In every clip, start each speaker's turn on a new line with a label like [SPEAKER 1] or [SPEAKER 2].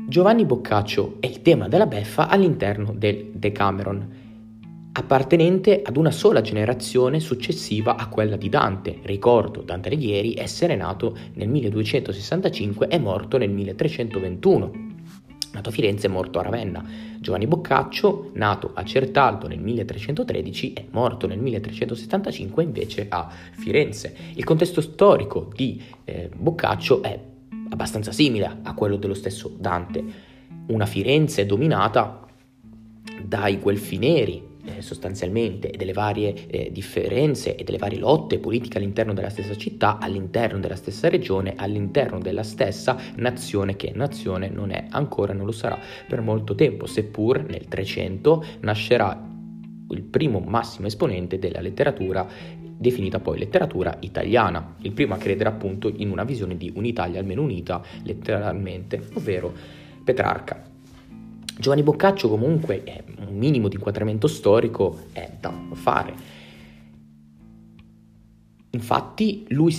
[SPEAKER 1] Giovanni Boccaccio è il tema della beffa all'interno del Decameron, appartenente ad una sola generazione successiva a quella di Dante. Ricordo Dante Alighieri essere nato nel 1265 e morto nel 1321. Nato a Firenze e morto a Ravenna. Giovanni Boccaccio, nato a Certaldo nel 1313 e morto nel 1375 invece a Firenze. Il contesto storico di Boccaccio è abbastanza simile a quello dello stesso Dante. Una Firenze dominata dai Guelfi Neri, sostanzialmente, e delle varie differenze e delle varie lotte politiche all'interno della stessa città, all'interno della stessa regione, all'interno della stessa nazione, che nazione non è ancora, non lo sarà per molto tempo, seppur nel 300 nascerà il primo massimo esponente della letteratura, definita poi letteratura italiana, il primo a credere appunto in una visione di un'Italia almeno unita letteralmente, ovvero Petrarca. Giovanni Boccaccio comunque un minimo di inquadramento storico è da fare. Infatti lui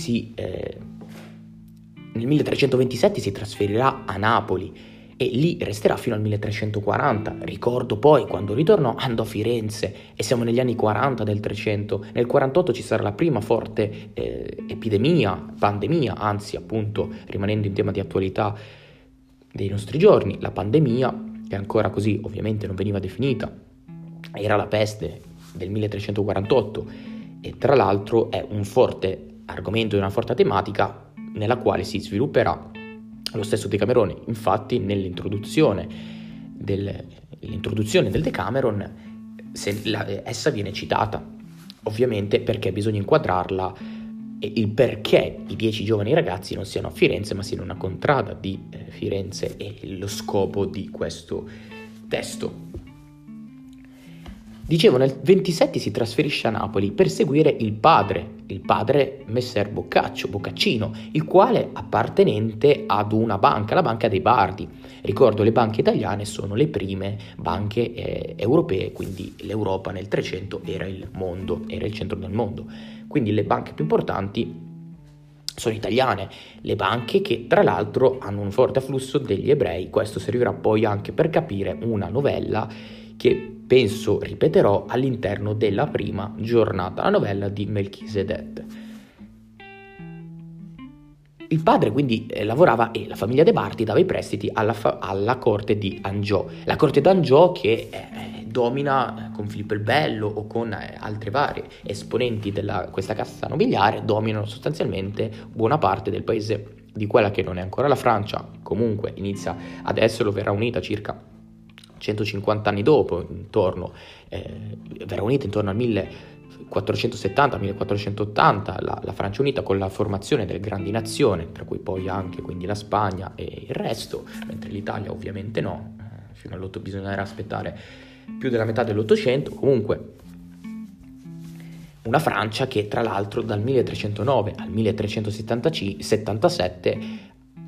[SPEAKER 1] nel 1327 si trasferirà a Napoli e lì resterà fino al 1340. Ricordo poi quando ritornò andò a Firenze e siamo negli anni 40 del 300. Nel 48 ci sarà la prima forte pandemia, anzi appunto rimanendo in tema di attualità dei nostri giorni, la pandemia, che ancora così ovviamente non veniva definita, era la peste del 1348 e tra l'altro è un forte argomento e una forte tematica nella quale si svilupperà lo stesso Decamerone. Infatti nell'introduzione del Decameron essa viene citata, ovviamente perché bisogna inquadrarla e il perché i 10 giovani ragazzi non siano a Firenze ma siano una contrada di Firenze e lo scopo di questo testo. Dicevo, nel 27 si trasferisce a Napoli per seguire il padre Messer Boccaccino, il quale appartenente ad una banca, la Banca dei Bardi. Ricordo, le banche italiane sono le prime banche europee, quindi l'Europa nel 300 era il centro del mondo. Quindi le banche più importanti sono italiane, le banche che tra l'altro hanno un forte afflusso degli ebrei. Questo servirà poi anche per capire una novella che penso ripeterò all'interno della prima giornata, la novella di Melchisedec. Il padre quindi lavorava e la famiglia De Bardi dava i prestiti alla corte di Angiò. La corte d'Angiò che domina con Filippo il Bello o con altri vari esponenti di questa casta nobiliare, dominano sostanzialmente buona parte del paese di quella che non è ancora la Francia, comunque inizia ad esserlo, verrà unita circa 150 anni dopo, verrà unita intorno al 1470-1480 la Francia unita con la formazione delle grandi nazioni, tra cui poi anche quindi la Spagna e il resto, mentre l'Italia ovviamente no, fino all'otto bisognerà aspettare più della metà dell'Ottocento. Comunque una Francia che tra l'altro dal 1309 al 1377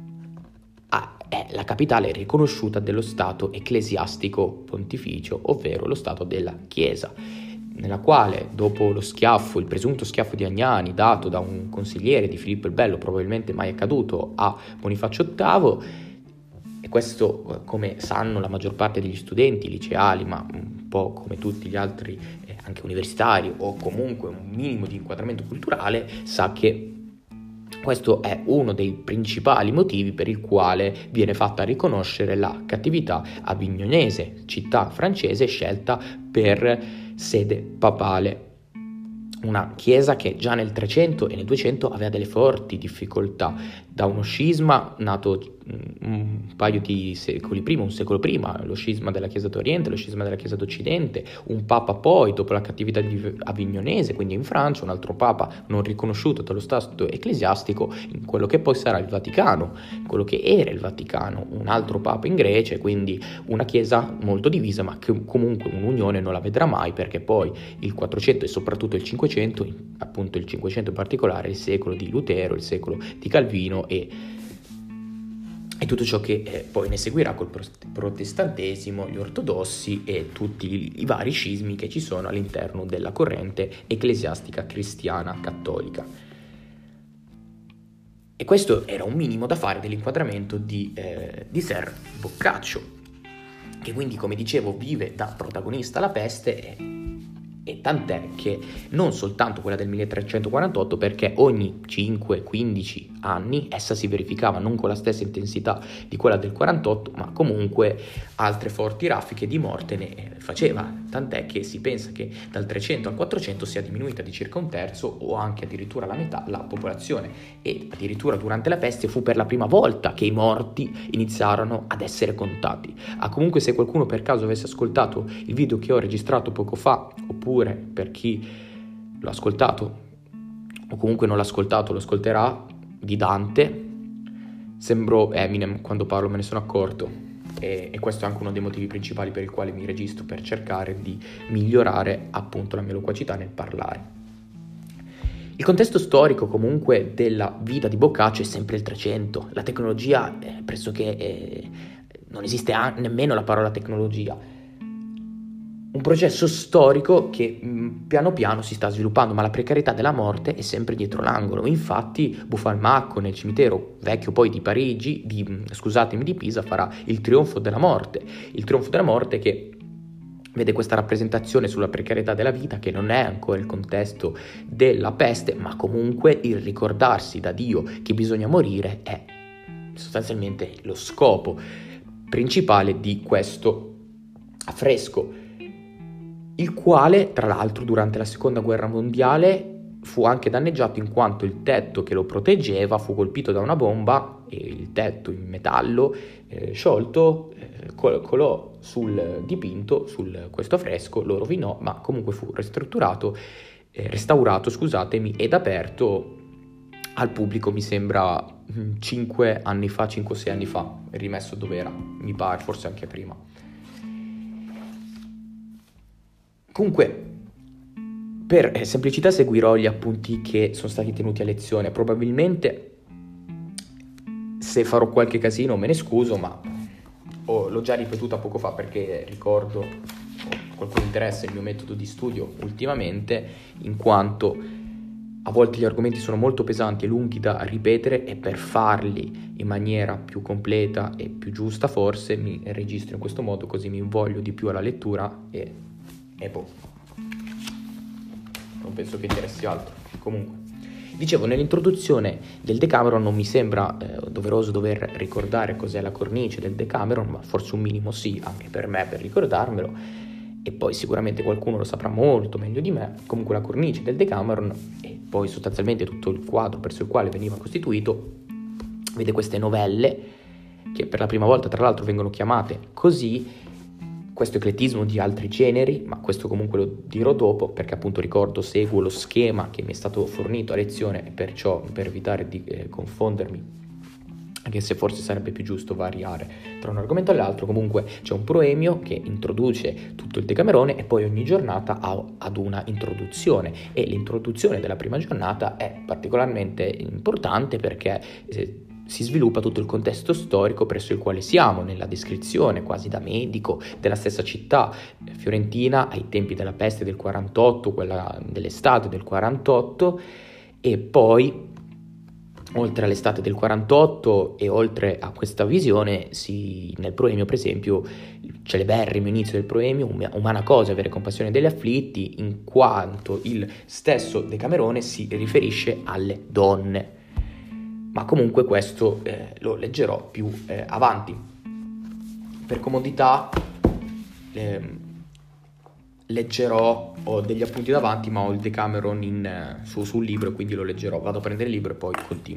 [SPEAKER 1] è la capitale riconosciuta dello Stato ecclesiastico pontificio, ovvero lo Stato della Chiesa, nella quale dopo il presunto schiaffo di Agnani dato da un consigliere di Filippo il Bello, probabilmente mai accaduto, a Bonifacio VIII, e questo come sanno la maggior parte degli studenti liceali, ma un po' come tutti gli altri anche universitari o comunque un minimo di inquadramento culturale, sa che questo è uno dei principali motivi per il quale viene fatta riconoscere la cattività avignonese, città francese scelta per sede papale. Una chiesa che già nel 300 e nel 200 aveva delle forti difficoltà da uno scisma nato un secolo prima, lo scisma della Chiesa d'Oriente, lo scisma della Chiesa d'Occidente, un papa poi dopo la cattività avignonese, quindi in Francia, un altro papa non riconosciuto dallo Stato ecclesiastico in quello che poi sarà il Vaticano, quello che era il Vaticano, un altro papa in Grecia, quindi una chiesa molto divisa, ma che comunque un'unione non la vedrà mai, perché poi il 400 e soprattutto il 500, appunto il 500 in particolare, il secolo di Lutero, il secolo di Calvino e tutto ciò che poi ne seguirà col protestantesimo, gli ortodossi e tutti i vari scismi che ci sono all'interno della corrente ecclesiastica cristiana cattolica. E questo era un minimo da fare dell'inquadramento di Ser Boccaccio, che quindi, come dicevo, vive da protagonista la peste, e tant'è che non soltanto quella del 1348, perché ogni 5-15 anni essa si verificava, non con la stessa intensità di quella del 48, ma comunque altre forti raffiche di morte ne faceva, tant'è che si pensa che dal 300 al 400 sia diminuita di circa un terzo o anche addirittura la metà la popolazione, e addirittura durante la peste fu per la prima volta che i morti iniziarono ad essere contati. Comunque, se qualcuno per caso avesse ascoltato il video che ho registrato poco fa, oppure per chi l'ha ascoltato o comunque non l'ha ascoltato lo ascolterà, di Dante, sembro Eminem quando parlo, me ne sono accorto, e questo è anche uno dei motivi principali per il quale mi registro, per cercare di migliorare appunto la mia loquacità nel parlare. Il contesto storico comunque della vita di Boccaccio è sempre il 300, la tecnologia pressoché non esiste nemmeno la parola tecnologia. Un processo storico che piano piano si sta sviluppando, ma la precarietà della morte è sempre dietro l'angolo. Infatti Buffalmacco nel cimitero vecchio poi di Parigi, di Pisa, farà il trionfo della morte che vede questa rappresentazione sulla precarietà della vita, che non è ancora il contesto della peste, ma comunque il ricordarsi da Dio che bisogna morire è sostanzialmente lo scopo principale di questo affresco, il quale tra l'altro durante la seconda guerra mondiale fu anche danneggiato in quanto il tetto che lo proteggeva fu colpito da una bomba e il tetto in metallo sciolto colò sul dipinto, questo affresco, lo rovinò, ma comunque fu restaurato ed aperto al pubblico, mi sembra 5-6 anni fa, rimesso dove era, mi pare, forse anche prima. Comunque, per semplicità seguirò gli appunti che sono stati tenuti a lezione. Probabilmente, se farò qualche casino me ne scuso, ma l'ho già ripetuta poco fa perché ricordo, qualcuno interessa il mio metodo di studio ultimamente, in quanto a volte gli argomenti sono molto pesanti e lunghi da ripetere, e per farli in maniera più completa e più giusta forse mi registro in questo modo, così mi invoglio di più alla lettura e non penso che interessi altro. Comunque, dicevo, nell'introduzione del Decameron non mi sembra doveroso dover ricordare cos'è la cornice del Decameron, ma forse un minimo sì, anche per me, per ricordarmelo, e poi sicuramente qualcuno lo saprà molto meglio di me. Comunque la cornice del Decameron, e poi sostanzialmente tutto il quadro verso il quale veniva costituito, vede queste novelle, che per la prima volta tra l'altro vengono chiamate così, questo eclettismo di altri generi, ma questo comunque lo dirò dopo, perché appunto ricordo, seguo lo schema che mi è stato fornito a lezione, e perciò, per evitare di confondermi, anche se forse sarebbe più giusto variare tra un argomento e l'altro, comunque c'è un proemio che introduce tutto il Decamerone, e poi ogni giornata ha ad una introduzione, e l'introduzione della prima giornata è particolarmente importante perché si sviluppa tutto il contesto storico presso il quale siamo, nella descrizione quasi da medico della stessa città fiorentina ai tempi della peste del 48, quella dell'estate del 48, e poi oltre all'estate del 48 e oltre a questa visione nel proemio, per esempio, il celeberrimo inizio del proemio, umana cosa avere compassione degli afflitti, in quanto il stesso Decamerone si riferisce alle donne. Ma comunque questo lo leggerò più avanti. Per comodità ho degli appunti davanti, ma ho il Decameron sul libro, quindi lo leggerò. Vado a prendere il libro e poi continuo.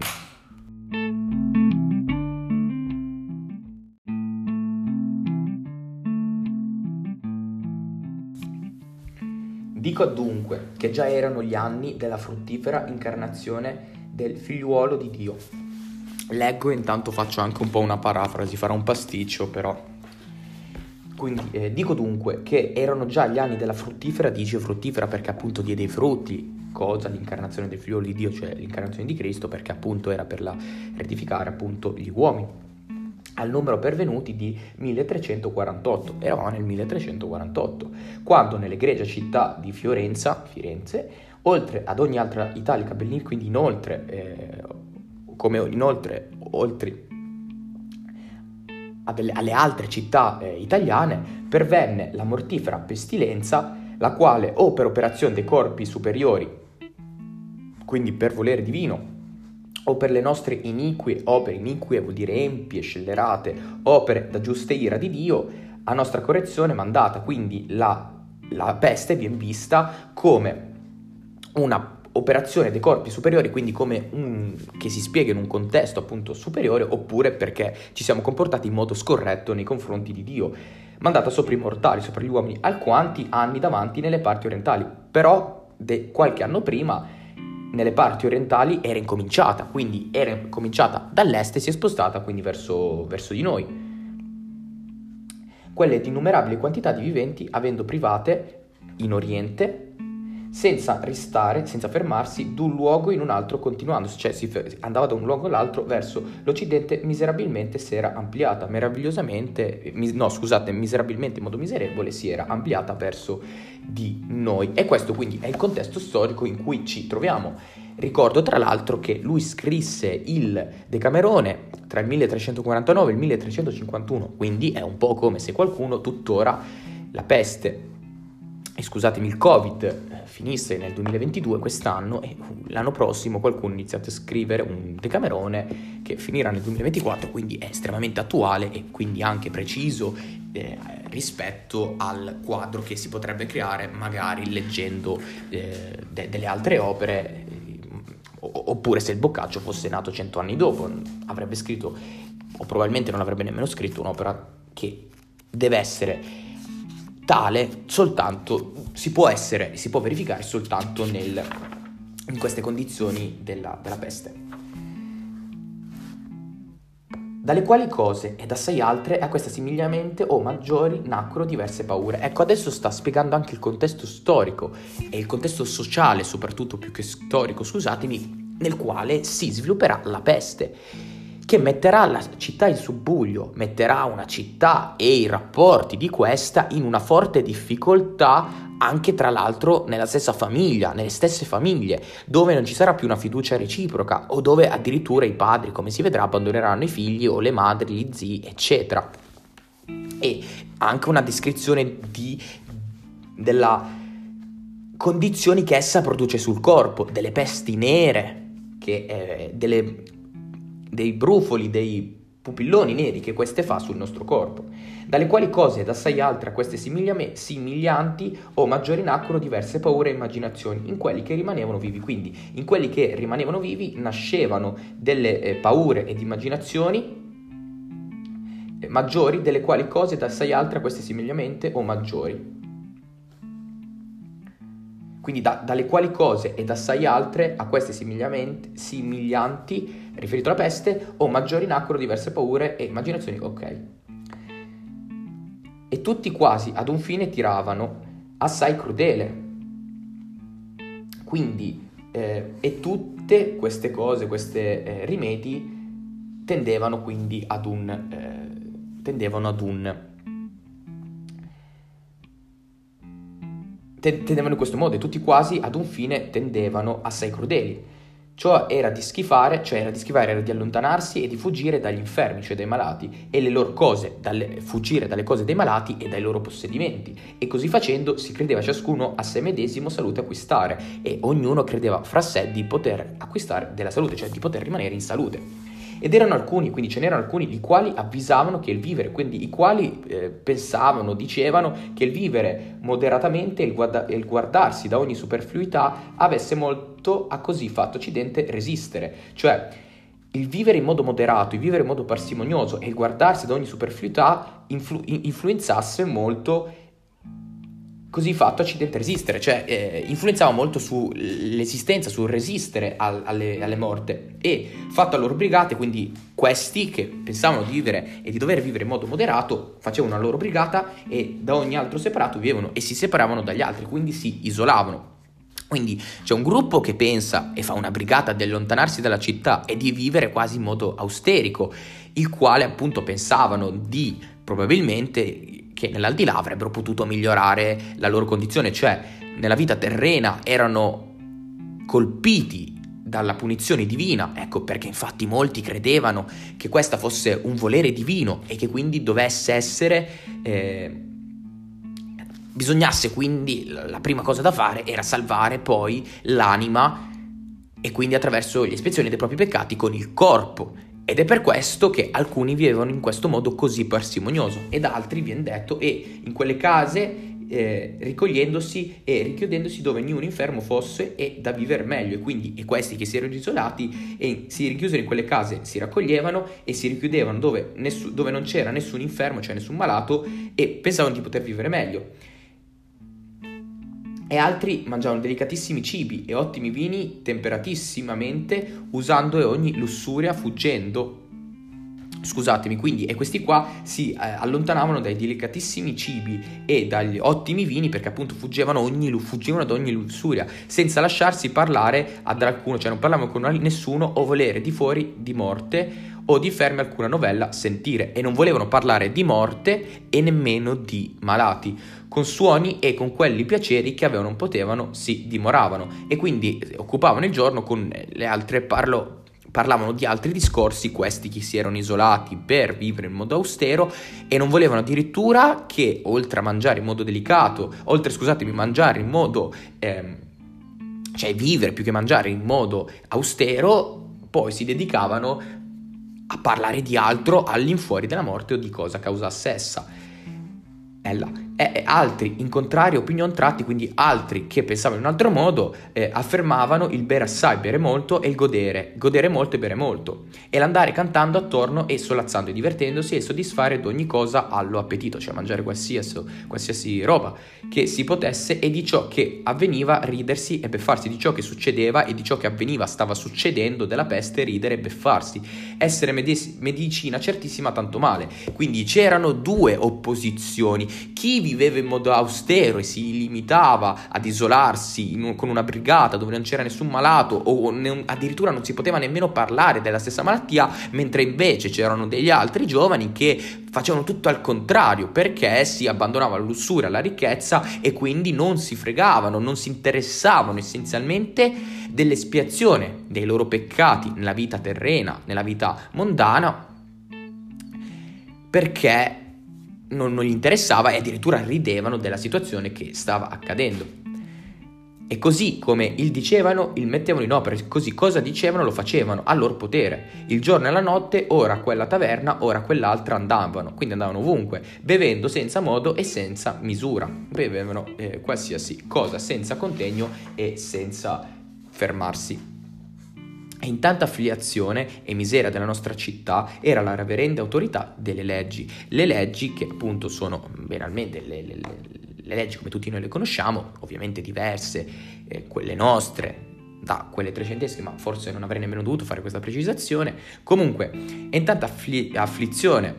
[SPEAKER 1] Dico dunque che già erano gli anni della fruttifera incarnazione del figliuolo di Dio. Leggo e intanto faccio anche un po' una parafrasi, farò un pasticcio però. Quindi dico dunque che erano già gli anni della fruttifera, dice fruttifera perché appunto diede i frutti, cosa? L'incarnazione del figliuolo di Dio, cioè l'incarnazione di Cristo, perché appunto era per rettificare appunto gli uomini, al numero pervenuti di 1348. Eravamo nel 1348, quando nell'egregia città di Firenze, oltre ad ogni altra italica bellina, quindi inoltre come inoltre, oltre alle altre città italiane, pervenne la mortifera pestilenza, la quale o per operazione dei corpi superiori, quindi per volere divino, o per le nostre inique opere, inique vuol dire empie, scellerate, opere da giusta ira di Dio, a nostra correzione mandata. Quindi la peste viene vista come una operazione dei corpi superiori, quindi come che si spiega in un contesto appunto superiore, oppure perché ci siamo comportati in modo scorretto nei confronti di Dio, mandata sopra i mortali, sopra gli uomini, alquanti anni davanti nelle parti orientali. Però qualche anno prima nelle parti orientali era incominciata, quindi era incominciata dall'est e si è spostata quindi verso di noi. Quelle di innumerabili quantità di viventi avendo private in oriente, senza restare, senza fermarsi, d'un luogo in un altro continuandosi, cioè andava da un luogo all'altro verso l'occidente, miserabilmente si era ampliata, miserabilmente in modo miserevole si era ampliata verso di noi. E questo quindi è il contesto storico in cui ci troviamo. Ricordo tra l'altro che lui scrisse il Decamerone tra il 1349 e il 1351, quindi è un po' come se qualcuno tuttora la peste, il Covid finisse nel 2022 quest'anno e l'anno prossimo qualcuno iniziato a scrivere un Decamerone che finirà nel 2024, quindi è estremamente attuale e quindi anche preciso rispetto al quadro che si potrebbe creare magari leggendo delle altre opere, oppure se il Boccaccio fosse nato 100 anni dopo avrebbe scritto, o probabilmente non avrebbe nemmeno scritto, un'opera che deve essere tale soltanto, si può verificare soltanto in queste condizioni della peste. Dalle quali cose ed assai altre a questa similmente o maggiori nacquero diverse paure. Ecco, adesso sta spiegando anche il contesto storico e il contesto sociale, soprattutto più che storico, scusatemi, nel quale si svilupperà la peste, che metterà la città in subbuglio, metterà una città e i rapporti di questa in una forte difficoltà, anche tra l'altro nella stessa famiglia, nelle stesse famiglie, dove non ci sarà più una fiducia reciproca, o dove addirittura i padri, come si vedrà, abbandoneranno i figli, o le madri, gli zii, eccetera. E anche una descrizione della condizioni che essa produce sul corpo, delle pesti nere, dei brufoli, dei pupilloni neri che queste fa sul nostro corpo, dalle quali cose ed assai altre a queste similianti o maggiori nacquero diverse paure e immaginazioni in quelli che rimanevano vivi. Quindi in quelli che rimanevano vivi nascevano delle paure ed immaginazioni maggiori, delle quali cose ed assai altre a queste similiamente o maggiori. Quindi dalle quali cose ed assai altre a queste similianti, riferito alla peste, o maggiori nacquero diverse paure e immaginazioni, ok. E tutti quasi ad un fine tiravano assai crudele. Quindi, e tutte queste cose, questi rimedi, tendevano quindi ad tendevano in questo modo, e tutti quasi ad un fine tendevano assai crudeli. Ciò era di schifare, era di allontanarsi e di fuggire dagli infermi, cioè dai malati, e le loro cose, fuggire dalle cose dei malati e dai loro possedimenti. E così facendo si credeva ciascuno a sé medesimo salute acquistare, e ognuno credeva fra sé di poter acquistare della salute, cioè di poter rimanere in salute. Ed erano alcuni, quindi ce n'erano alcuni i quali avvisavano che il vivere, quindi i quali pensavano, dicevano che il vivere moderatamente e il guardarsi da ogni superfluità avesse molto a così fatto occidente resistere. Cioè il vivere in modo moderato, il vivere in modo parsimonioso e il guardarsi da ogni superfluità influenzasse molto così fatto occidente resistere, cioè influenzava molto sull'esistenza, sul resistere alle morte, e fatto a loro brigate, quindi questi che pensavano di vivere e di dover vivere in modo moderato facevano una loro brigata e da ogni altro separato vivevano e si separavano dagli altri, quindi si isolavano. Quindi c'è un gruppo che pensa e fa una brigata di allontanarsi dalla città e di vivere quasi in modo austerico, il quale appunto pensavano di probabilmente che nell'aldilà avrebbero potuto migliorare la loro condizione, cioè nella vita terrena erano colpiti dalla punizione divina, ecco perché infatti molti credevano che questa fosse un volere divino e che quindi dovesse essere, bisognasse quindi, la prima cosa da fare era salvare poi l'anima e quindi attraverso l'espiazione dei propri peccati con il corpo. Ed è per questo che alcuni vivevano in questo modo così parsimonioso ed altri, viene detto, e in quelle case ricogliendosi e richiudendosi dove ognuno infermo fosse e da vivere meglio, e questi che si erano isolati e si richiusero in quelle case si raccoglievano e si richiudevano dove non c'era nessun infermo, cioè nessun malato, e pensavano di poter vivere meglio. E altri mangiavano delicatissimi cibi e ottimi vini temperatissimamente, usando ogni lussuria, quindi, e questi qua si allontanavano dai delicatissimi cibi e dagli ottimi vini, perché appunto fuggivano ad ogni lussuria, senza lasciarsi parlare ad alcuno, cioè non parlavano con nessuno o volere di fuori di morte o di fermi alcuna novella sentire, e non volevano parlare di morte e nemmeno di malati, con suoni e con quelli piaceri che avevano potevano si dimoravano, e quindi occupavano il giorno con le altre parlavano di altri discorsi, questi che si erano isolati per vivere in modo austero, e non volevano addirittura che oltre a mangiare in modo mangiare in modo cioè vivere più che mangiare in modo austero, poi si dedicavano a parlare di altro all'infuori della morte o di cosa causasse essa. E altri, in contraria opinion tratti, quindi altri che pensavano in un altro modo, affermavano il bere assai, bere molto, e il godere molto e bere molto, e l'andare cantando attorno e solazzando e divertendosi e soddisfare d'ogni cosa allo appetito, cioè mangiare qualsiasi roba che si potesse, e di ciò che avveniva ridersi e beffarsi, di ciò che succedeva e di ciò che avveniva, stava succedendo, della peste, ridere e beffarsi, essere medicina certissima tanto male. Quindi c'erano due opposizioni: chi viveva in modo austero e si limitava ad isolarsi con una brigata dove non c'era nessun malato o addirittura non si poteva nemmeno parlare della stessa malattia, mentre invece c'erano degli altri giovani che facevano tutto al contrario, perché si abbandonavano alla lussuria, alla ricchezza, e quindi non si fregavano, non si interessavano essenzialmente dell'espiazione dei loro peccati nella vita terrena, nella vita mondana, perché non gli interessava, e addirittura ridevano della situazione che stava accadendo. E così come il dicevano, il mettevano in opera, così cosa dicevano lo facevano a loro potere. Il giorno e la notte, ora a quella taverna, ora a quell'altra andavano, quindi andavano ovunque, bevendo senza modo e senza misura, bevevano qualsiasi cosa senza contegno e senza fermarsi. E in tanta affiliazione e miseria della nostra città era la reverenda autorità delle leggi. Le leggi che appunto sono banalmente le leggi come tutti noi le conosciamo, ovviamente diverse, quelle nostre da quelle trecentesche, ma forse non avrei nemmeno dovuto fare questa precisazione. Comunque, in tanta afflizione,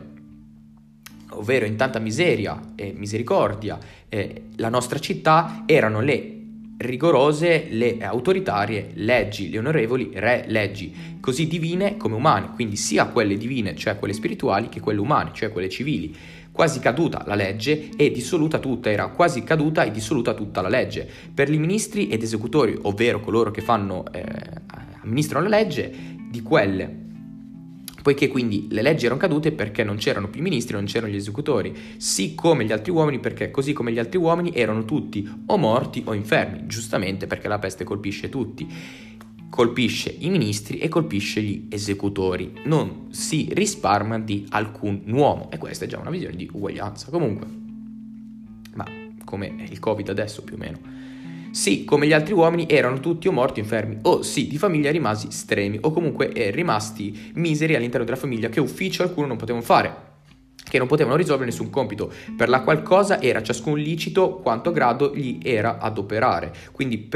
[SPEAKER 1] ovvero in tanta miseria e misericordia, la nostra città erano le rigorose, le autoritarie leggi, le onorevoli re leggi, così divine come umane, quindi sia quelle divine, cioè quelle spirituali, che quelle umane, cioè quelle civili. Quasi caduta la legge e dissoluta tutta, era quasi caduta e dissoluta tutta la legge. Per i ministri ed esecutori, ovvero coloro che amministrano la legge, di quelle, poiché quindi le leggi erano cadute perché non c'erano più i ministri, non c'erano gli esecutori, sì come gli altri uomini, perché così come gli altri uomini erano tutti o morti o infermi, giustamente perché la peste colpisce tutti, colpisce i ministri e colpisce gli esecutori, non si risparmia di alcun uomo, e questa è già una visione di uguaglianza. Comunque, ma come il Covid adesso più o meno, sì, come gli altri uomini erano tutti o morti o infermi, o sì, di famiglia rimasi stremi, o comunque rimasti miseri all'interno della famiglia, che ufficio alcuno non potevano fare, che non potevano risolvere nessun compito, per la qual cosa era ciascun licito quanto grado gli era ad operare. Quindi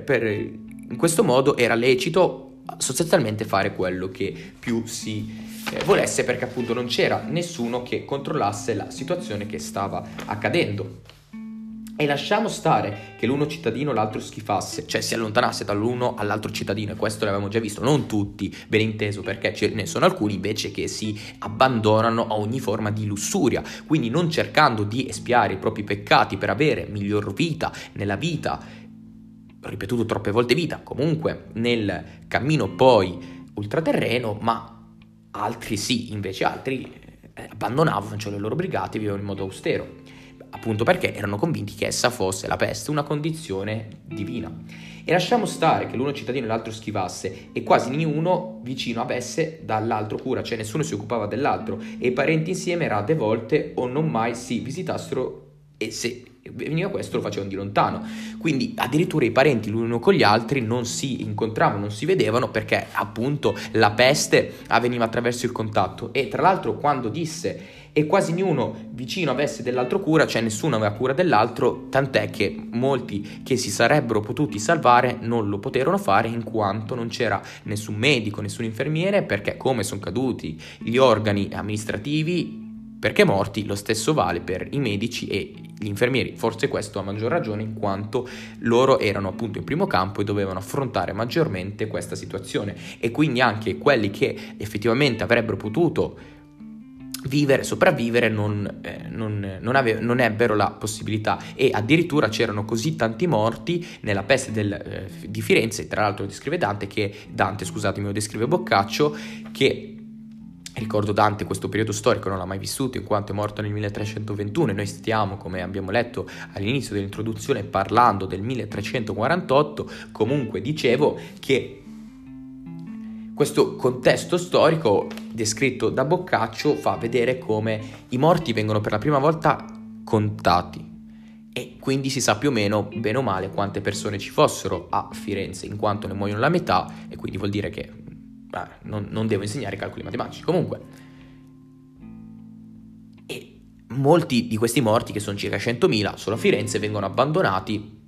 [SPEAKER 1] in questo modo era lecito sostanzialmente fare quello che più si volesse, perché appunto non c'era nessuno che controllasse la situazione che stava accadendo. E lasciamo stare che l'uno cittadino l'altro schifasse, cioè si allontanasse dall'uno all'altro cittadino, e questo l'avevamo già visto, non tutti, ben inteso, perché ce ne sono alcuni invece che si abbandonano a ogni forma di lussuria, quindi non cercando di espiare i propri peccati per avere miglior vita nella vita ripetuto troppe volte vita, comunque nel cammino poi ultraterreno, ma altri sì, invece altri abbandonavano, cioè le loro brigate, vivevano in modo austero, appunto perché erano convinti che essa fosse, la peste, una condizione divina. E lasciamo stare che l'uno cittadino e l'altro schivasse, e quasi ognuno vicino avesse dall'altro cura, cioè nessuno si occupava dell'altro, e i parenti insieme rade volte o non mai si visitassero, e se veniva questo lo facevano di lontano. Quindi addirittura i parenti l'uno con gli altri non si incontravano, non si vedevano, perché appunto la peste avveniva attraverso il contatto. E tra l'altro quando disse e quasi ognuno vicino avesse dell'altro cura, cioè nessuno aveva cura dell'altro, tant'è che molti che si sarebbero potuti salvare non lo poterono fare, in quanto non c'era nessun medico, nessun infermiere, perché come sono caduti gli organi amministrativi, perché morti, lo stesso vale per i medici e gli infermieri, forse questo a maggior ragione in quanto loro erano appunto in primo campo e dovevano affrontare maggiormente questa situazione, e quindi anche quelli che effettivamente avrebbero potuto sopravvivere non ebbero la possibilità, e addirittura c'erano così tanti morti nella peste di Firenze, tra l'altro lo descrive lo descrive Boccaccio, che ricordo Dante questo periodo storico non l'ha mai vissuto in quanto è morto nel 1321 e noi stiamo, come abbiamo letto all'inizio dell'introduzione, parlando del 1348. Comunque dicevo che questo contesto storico descritto da Boccaccio fa vedere come i morti vengono per la prima volta contati, e quindi si sa più o meno, bene o male, quante persone ci fossero a Firenze, in quanto ne muoiono la metà, e quindi vuol dire che non devo insegnare calcoli matematici. Comunque, e molti di questi morti, che sono circa 100.000 solo a Firenze, vengono abbandonati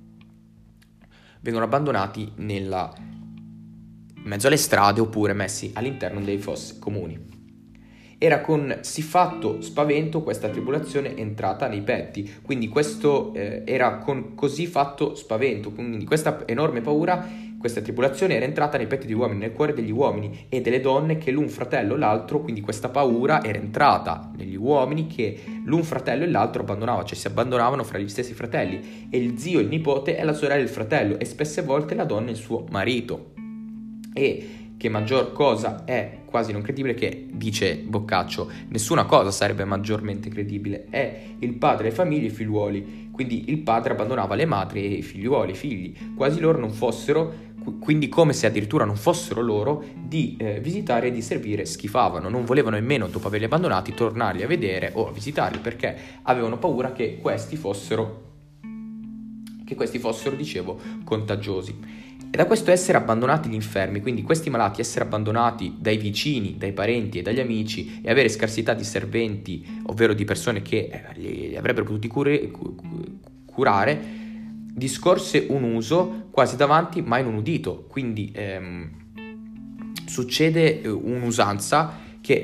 [SPEAKER 1] in mezzo alle strade oppure messi all'interno dei fossi comuni. Era con siffatto spavento questa tribolazione entrata nei petti, quindi questo era con così fatto spavento, quindi questa enorme paura, questa tribolazione era entrata nei petti degli uomini, nel cuore degli uomini e delle donne, che l'un fratello e l'altro, quindi questa paura era entrata negli uomini che l'un fratello e l'altro abbandonava, cioè si abbandonavano fra gli stessi fratelli, e il zio, il nipote e la sorella il fratello, e spesse volte la donna il suo marito. E che maggior cosa è quasi non credibile, che dice Boccaccio, nessuna cosa sarebbe maggiormente credibile, è il padre, le famiglie e i figliuoli. Quindi il padre abbandonava le madri e i figliuoli, i figli, quasi loro non fossero, quindi come se addirittura non fossero loro di visitare e di servire, schifavano, non volevano nemmeno, dopo averli abbandonati, tornarli a vedere o a visitarli, perché avevano paura che questi fossero, dicevo, contagiosi. E da questo essere abbandonati gli infermi, quindi questi malati essere abbandonati dai vicini, dai parenti e dagli amici, e avere scarsità di serventi, ovvero di persone che li avrebbero potuti curare, discorse un uso quasi davanti mai non udito. Quindi succede un'usanza che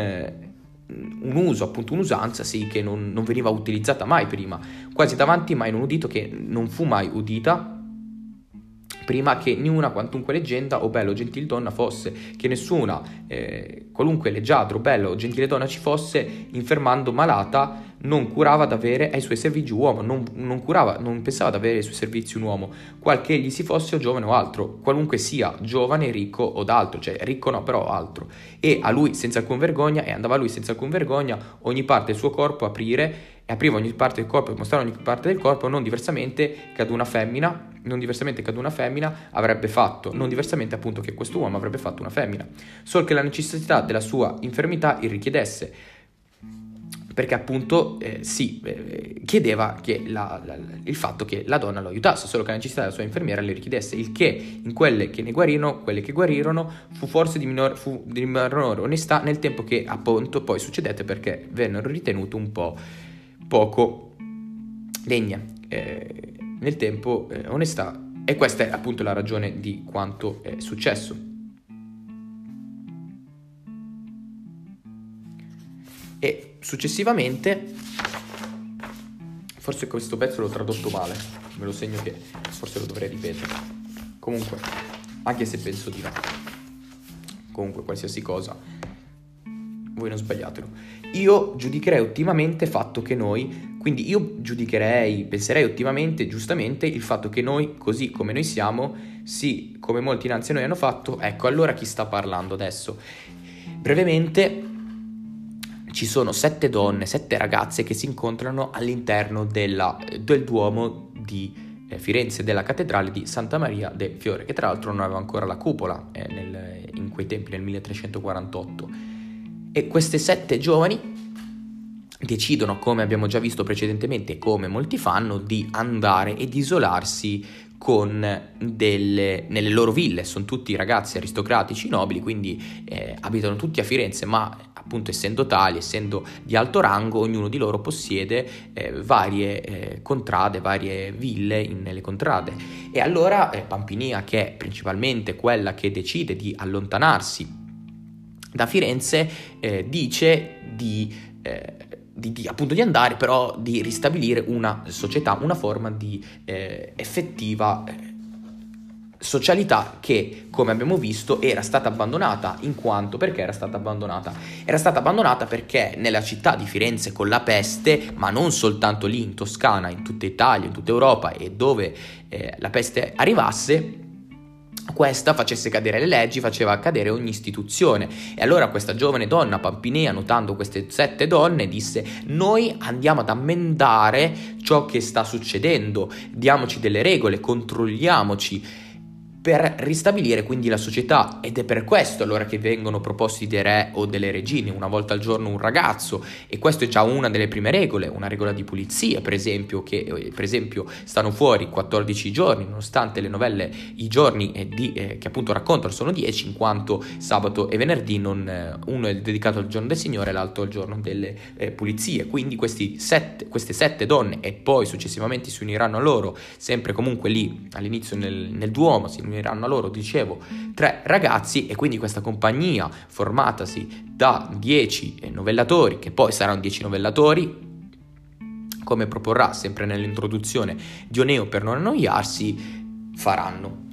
[SPEAKER 1] un'usanza sì, che non veniva utilizzata mai prima, quasi davanti mai non udito, che non fu mai udita prima che niuna quantunque leggenda o bella o gentil donna fosse, che nessuna qualunque leggiadro, bella o gentile donna ci fosse, infermando malata, non curava d'avere ai suoi servigi uomo, non pensava d'avere ai suoi servizi un uomo, qualche egli si fosse o giovane o altro, qualunque sia, giovane, ricco o d'altro, cioè ricco no, però altro, e a lui senza alcun vergogna, e andava a lui senza alcun vergogna ogni parte del suo corpo aprire, e apriva ogni parte del corpo e mostrava ogni parte del corpo, non diversamente che ad una femmina avrebbe fatto, non diversamente appunto che questo uomo avrebbe fatto una femmina, sol che la necessità della sua infermità il richiedesse, perché appunto chiedeva che il fatto che la donna lo aiutasse, solo che la necessità della sua infermiera le richiedesse, il che in quelle che guarirono fu forse di minore onestà nel tempo che appunto poi succedette, perché vennero ritenute un po' poco degne nel tempo, onestà, e questa è appunto la ragione di quanto è successo. E successivamente, forse questo pezzo l'ho tradotto male, me lo segno che forse lo dovrei ripetere, comunque, anche se penso di no, comunque qualsiasi cosa voi non sbagliatelo. Io giudicherei ottimamente il fatto che noi, quindi io penserei ottimamente, giustamente, il fatto che noi, così come noi siamo, sì, come molti innanzi a noi hanno fatto, ecco, allora chi sta parlando adesso? Brevemente, ci sono 7 donne, 7 ragazze che si incontrano all'interno del Duomo di Firenze, della cattedrale di Santa Maria del Fiore, che tra l'altro non aveva ancora la cupola in quei tempi, nel 1348. E queste 7 giovani decidono, come abbiamo già visto precedentemente, come molti fanno, di andare ed isolarsi nelle loro ville. Sono tutti ragazzi aristocratici, nobili, quindi abitano tutti a Firenze, ma appunto essendo tali, essendo di alto rango, ognuno di loro possiede varie contrade, varie ville nelle contrade. E allora Pampinia, che è principalmente quella che decide di allontanarsi da Firenze, dice appunto di andare, però di ristabilire una società, una forma di effettiva socialità che, come abbiamo visto, era stata abbandonata. Perché era stata abbandonata? Era stata abbandonata perché nella città di Firenze, con la peste, ma non soltanto lì in Toscana, in tutta Italia, in tutta Europa, e dove la peste arrivasse, questa facesse cadere le leggi, faceva cadere ogni istituzione. E allora questa giovane donna Pampinea, notando queste 7 donne, disse: noi andiamo ad ammendare ciò che sta succedendo, diamoci delle regole, controlliamoci, per ristabilire quindi la società. Ed è per questo allora che vengono proposti dei re o delle regine, una volta al giorno un ragazzo, e questo è già una delle prime regole, una regola di pulizia, per esempio, che per esempio stanno fuori 14 giorni, nonostante le novelle i giorni che appunto raccontano sono 10, in quanto sabato e venerdì uno è dedicato al giorno del Signore e l'altro al giorno delle pulizie. Quindi queste 7 donne, e poi successivamente si uniranno a loro, sempre comunque lì all'inizio nel Duomo, si uniranno a loro, dicevo, 3 ragazzi, e quindi questa compagnia formatasi da 10 novellatori, che poi saranno 10 novellatori, come proporrà sempre nell'introduzione Dioneo per non annoiarsi, faranno.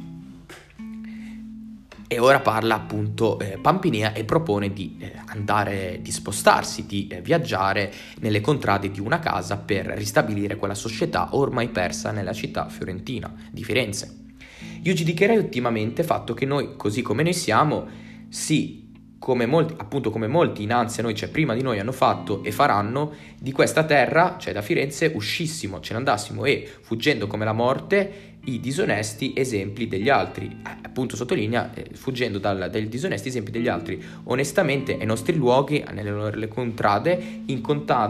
[SPEAKER 1] E ora parla appunto Pampinea e propone di spostarsi, di viaggiare nelle contrade di una casa per ristabilire quella società ormai persa nella città fiorentina di Firenze. Io giudicherei ottimamente il fatto che noi, così come noi siamo, sì, come molti innanzi a noi, cioè prima di noi, hanno fatto e faranno, di questa terra, cioè da Firenze, uscissimo, ce ne andassimo e, fuggendo come la morte, i disonesti esempi degli altri. Appunto sottolinea, fuggendo dai disonesti esempi degli altri, onestamente ai nostri luoghi, nelle contrade, in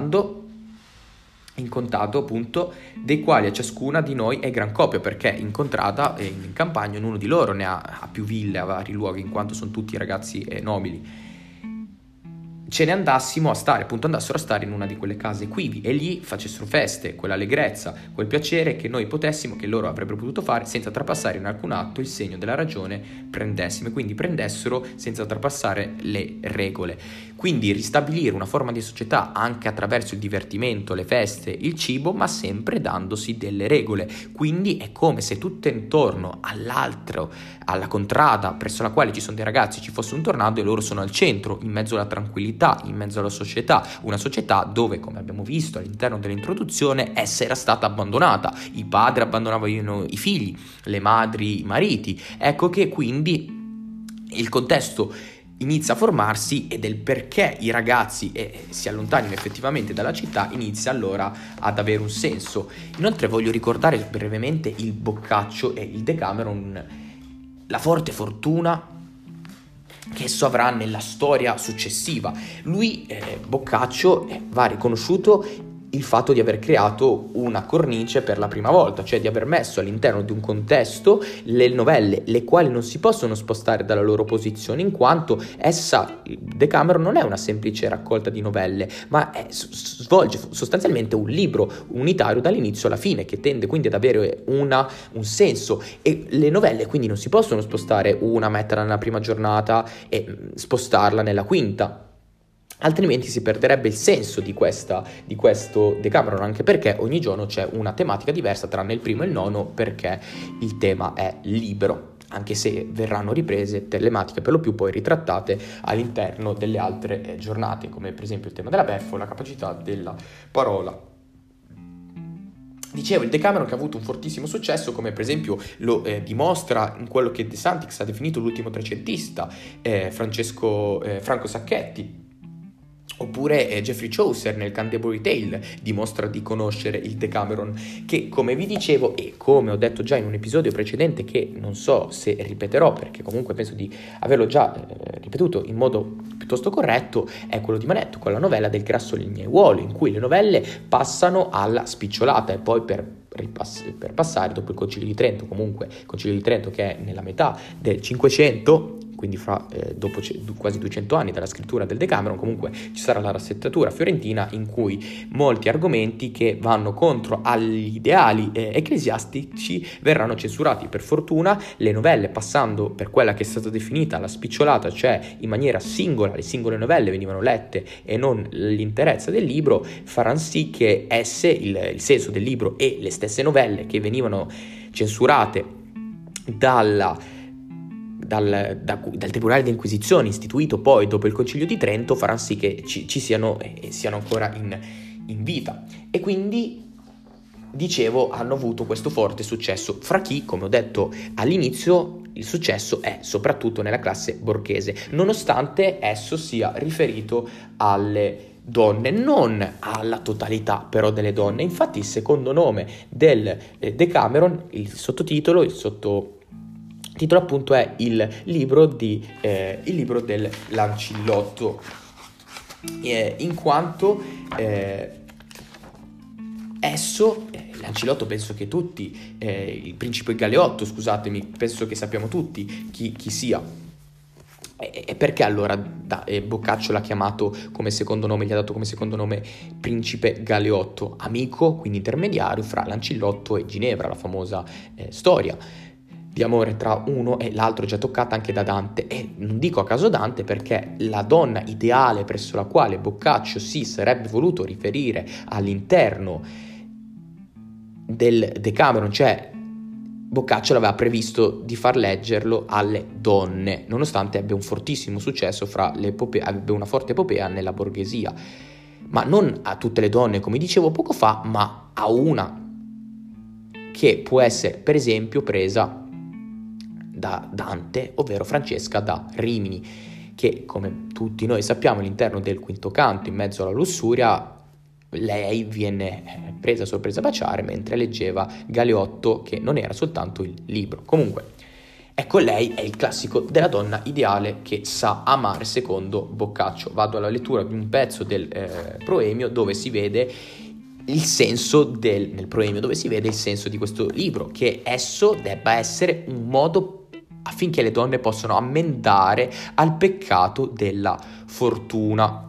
[SPEAKER 1] contato appunto, dei quali a ciascuna di noi è gran copia, perché in contrada e in campagna ognuno di loro ne ha più ville, a vari luoghi, in quanto sono tutti ragazzi nobili. Ce ne andassero a stare in una di quelle case quivi, e lì facessero feste, quell'allegrezza, quel piacere che noi potessimo, che loro avrebbero potuto fare senza trapassare in alcun atto il segno della ragione, quindi prendessero senza trapassare le regole. Quindi ristabilire una forma di società anche attraverso il divertimento, le feste, il cibo, ma sempre dandosi delle regole. Quindi è come se tutto intorno alla contrada presso la quale ci sono dei ragazzi, ci fosse un tornado e loro sono al centro, in mezzo alla tranquillità, in mezzo alla società, una società dove, come abbiamo visto all'interno dell'introduzione, essa era stata abbandonata, i padri abbandonavano i figli, le madri i mariti. Ecco che quindi il contesto inizia a formarsi, e del perché i ragazzi si allontanino effettivamente dalla città inizia allora ad avere un senso. Inoltre voglio ricordare brevemente il Boccaccio e il Decameron, la forte fortuna che esso avrà nella storia successiva. Lui, Boccaccio, va riconosciuto il fatto di aver creato una cornice per la prima volta, cioè di aver messo all'interno di un contesto le novelle, le quali non si possono spostare dalla loro posizione, in quanto Decameron non è una semplice raccolta di novelle, ma svolge sostanzialmente un libro unitario dall'inizio alla fine, che tende quindi ad avere un senso, e le novelle quindi non si possono spostare, metterla nella prima giornata e spostarla nella quinta. Altrimenti si perderebbe il senso di questo Decameron, anche perché ogni giorno c'è una tematica diversa, tranne il primo e il nono, perché il tema è libero. anche se verranno riprese tematiche per lo più poi ritrattate all'interno delle altre giornate, come per esempio il tema della beffa o la capacità della parola. Dicevo, il Decameron che ha avuto un fortissimo successo, come per esempio lo dimostra in quello che De Sanctis ha definito l'ultimo trecentista, Franco Sacchetti, oppure Geoffrey Chaucer nel Canterbury Tale dimostra di conoscere il Decameron, che, come vi dicevo e come ho detto già in un episodio precedente, che non so se ripeterò perché comunque penso di averlo già ripetuto in modo piuttosto corretto, è quello di Manetto con la novella del Grasso Legnaruolo, in cui le novelle passano alla spicciolata e poi per passare dopo il Concilio di Trento, comunque il Concilio di Trento che è nella metà del 500, quindi dopo quasi 200 anni dalla scrittura del Decameron, comunque ci sarà la rassettatura fiorentina in cui molti argomenti che vanno contro agli ideali ecclesiastici verranno censurati. Per fortuna le novelle, passando per quella che è stata definita la spicciolata, cioè in maniera singola, le singole novelle venivano lette e non l'interezza del libro, faranno sì che esse, il senso del libro e le stesse novelle che venivano censurate dal Tribunale di Inquisizione istituito poi dopo il Concilio di Trento, faranno sì che ci siano e siano ancora in vita. E quindi, dicevo, hanno avuto questo forte successo fra chi, come ho detto all'inizio, il successo è soprattutto nella classe borghese, nonostante esso sia riferito alle donne, non alla totalità però delle donne. Infatti il secondo nome del Decameron, il sottotitolo appunto è il libro del Lancillotto, in quanto esso, Lancillotto penso che tutti, il principe Galeotto, scusatemi, penso che sappiamo tutti chi sia. E perché allora Boccaccio l'ha chiamato come secondo nome, gli ha dato come secondo nome principe Galeotto, amico, quindi intermediario fra Lancillotto e Ginevra, la famosa storia di amore tra uno e l'altro, già toccata anche da Dante. E non dico a caso Dante, perché la donna ideale presso la quale Boccaccio si sarebbe voluto riferire all'interno del Decameron, cioè Boccaccio l'aveva previsto di far leggerlo alle donne, nonostante abbia un fortissimo successo abbia una forte epopea nella borghesia, ma non a tutte le donne, come dicevo poco fa, ma a una che può essere per esempio presa da Dante, ovvero Francesca da Rimini, che come tutti noi sappiamo all'interno del quinto canto, in mezzo alla lussuria, lei viene presa a sorpresa a baciare mentre leggeva Galeotto, che non era soltanto il libro. Comunque, ecco, lei è il classico della donna ideale che sa amare secondo Boccaccio. Vado alla lettura di un pezzo del proemio dove si vede il senso nel proemio, dove si vede il senso di questo libro, che esso debba essere un modo affinché le donne possano ammendare al peccato della fortuna.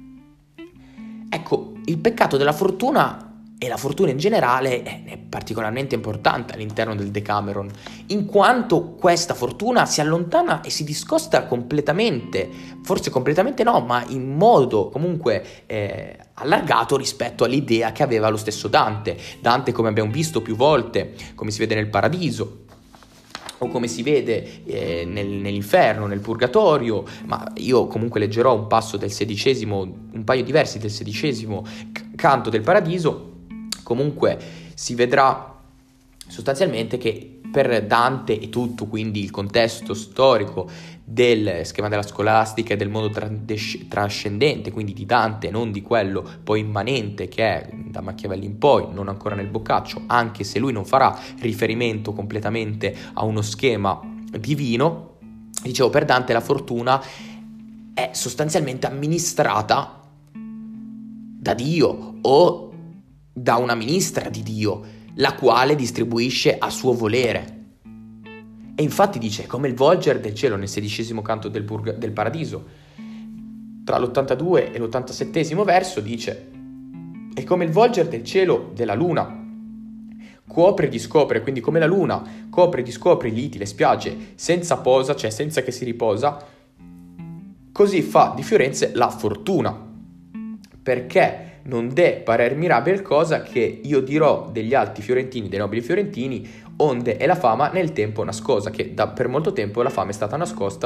[SPEAKER 1] Ecco, il peccato della fortuna e la fortuna in generale è particolarmente importante all'interno del Decameron, in quanto questa fortuna si allontana e si discosta completamente, forse completamente no, ma in modo comunque allargato rispetto all'idea che aveva lo stesso Dante. Dante, come abbiamo visto più volte, come si vede nel Paradiso, o come si vede nell'inferno, nel purgatorio, ma io comunque leggerò un paio di versi del 16° canto del Paradiso. Comunque si vedrà sostanzialmente che per Dante e tutto quindi il contesto storico del schema della scolastica e del mondo trascendente, quindi di Dante, non di quello poi immanente che è da Machiavelli in poi, non ancora nel Boccaccio, anche se lui non farà riferimento completamente a uno schema divino. Dicevo, per Dante la fortuna è sostanzialmente amministrata da Dio o da una ministra di Dio, la quale distribuisce a suo volere. E infatti dice, come il volgere del cielo nel 16° canto del Paradiso, tra l'82 e l'87° verso, dice: e come il volgere del cielo della luna copre e discopre, quindi come la luna copre e discopre i liti, le spiagge senza posa, cioè senza che si riposa, così fa di Firenze la fortuna, perché non dè parer mirabile cosa che io dirò degli alti fiorentini, dei nobili fiorentini, onde è la fama nel tempo nascosta, che per molto tempo la fama è stata nascosta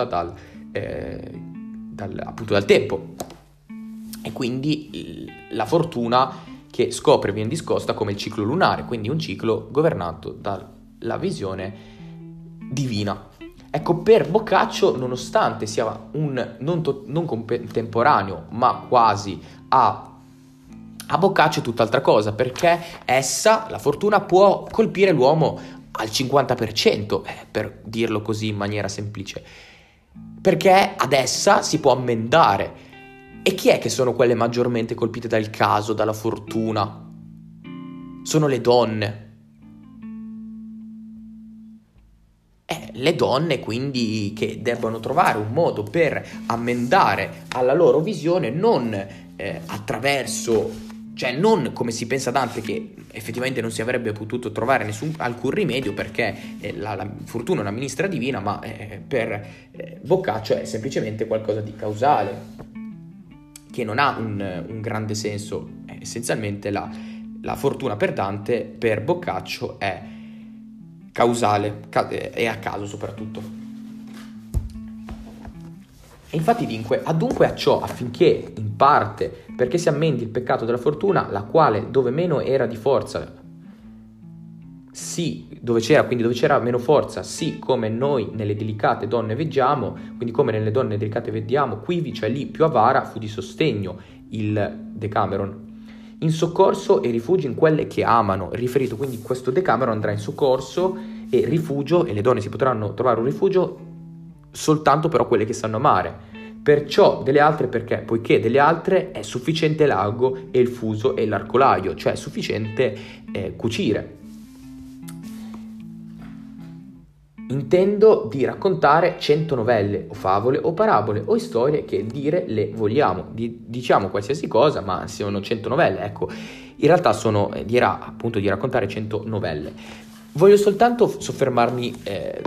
[SPEAKER 1] appunto dal tempo, e quindi la fortuna che scopre viene discosta come il ciclo lunare, quindi un ciclo governato dalla visione divina. Ecco, per Boccaccio, nonostante sia non contemporaneo, ma quasi a Boccaccio è tutt'altra cosa, perché essa, la fortuna, può colpire l'uomo al 50%, per dirlo così in maniera semplice, perché ad essa si può ammendare. E chi è che sono quelle maggiormente colpite dal caso, dalla fortuna? Sono le donne. Le donne quindi che debbono trovare un modo per ammendare alla loro visione, non attraverso, cioè non come si pensa Dante, che effettivamente non si avrebbe potuto trovare alcun rimedio perché la fortuna è una ministra divina, ma per Boccaccio è semplicemente qualcosa di causale, che non ha un grande senso. Essenzialmente la fortuna per Dante, per Boccaccio, è causale e a caso soprattutto. E infatti adunque a ciò, affinché in parte, perché si ammendi il peccato della fortuna, la quale dove meno era di forza, sì, dove c'era meno forza, sì, come noi nelle delicate donne veggiamo, quindi come nelle donne delicate vediamo, quivi, cioè lì più avara, fu di sostegno il Decameron. In soccorso e rifugio in quelle che amano, riferito, quindi questo Decameron andrà in soccorso e rifugio, e le donne si potranno trovare un rifugio soltanto però quelle che sanno amare. Perciò delle altre, perché? Poiché delle altre è sufficiente l'ago e il fuso e l'arcolaio, cioè è sufficiente cucire. Intendo di raccontare 100 novelle o favole o parabole o storie, che dire le vogliamo, diciamo qualsiasi cosa, ma sono 100 novelle, ecco, in realtà dirà appunto di raccontare 100 novelle. Voglio soltanto soffermarmi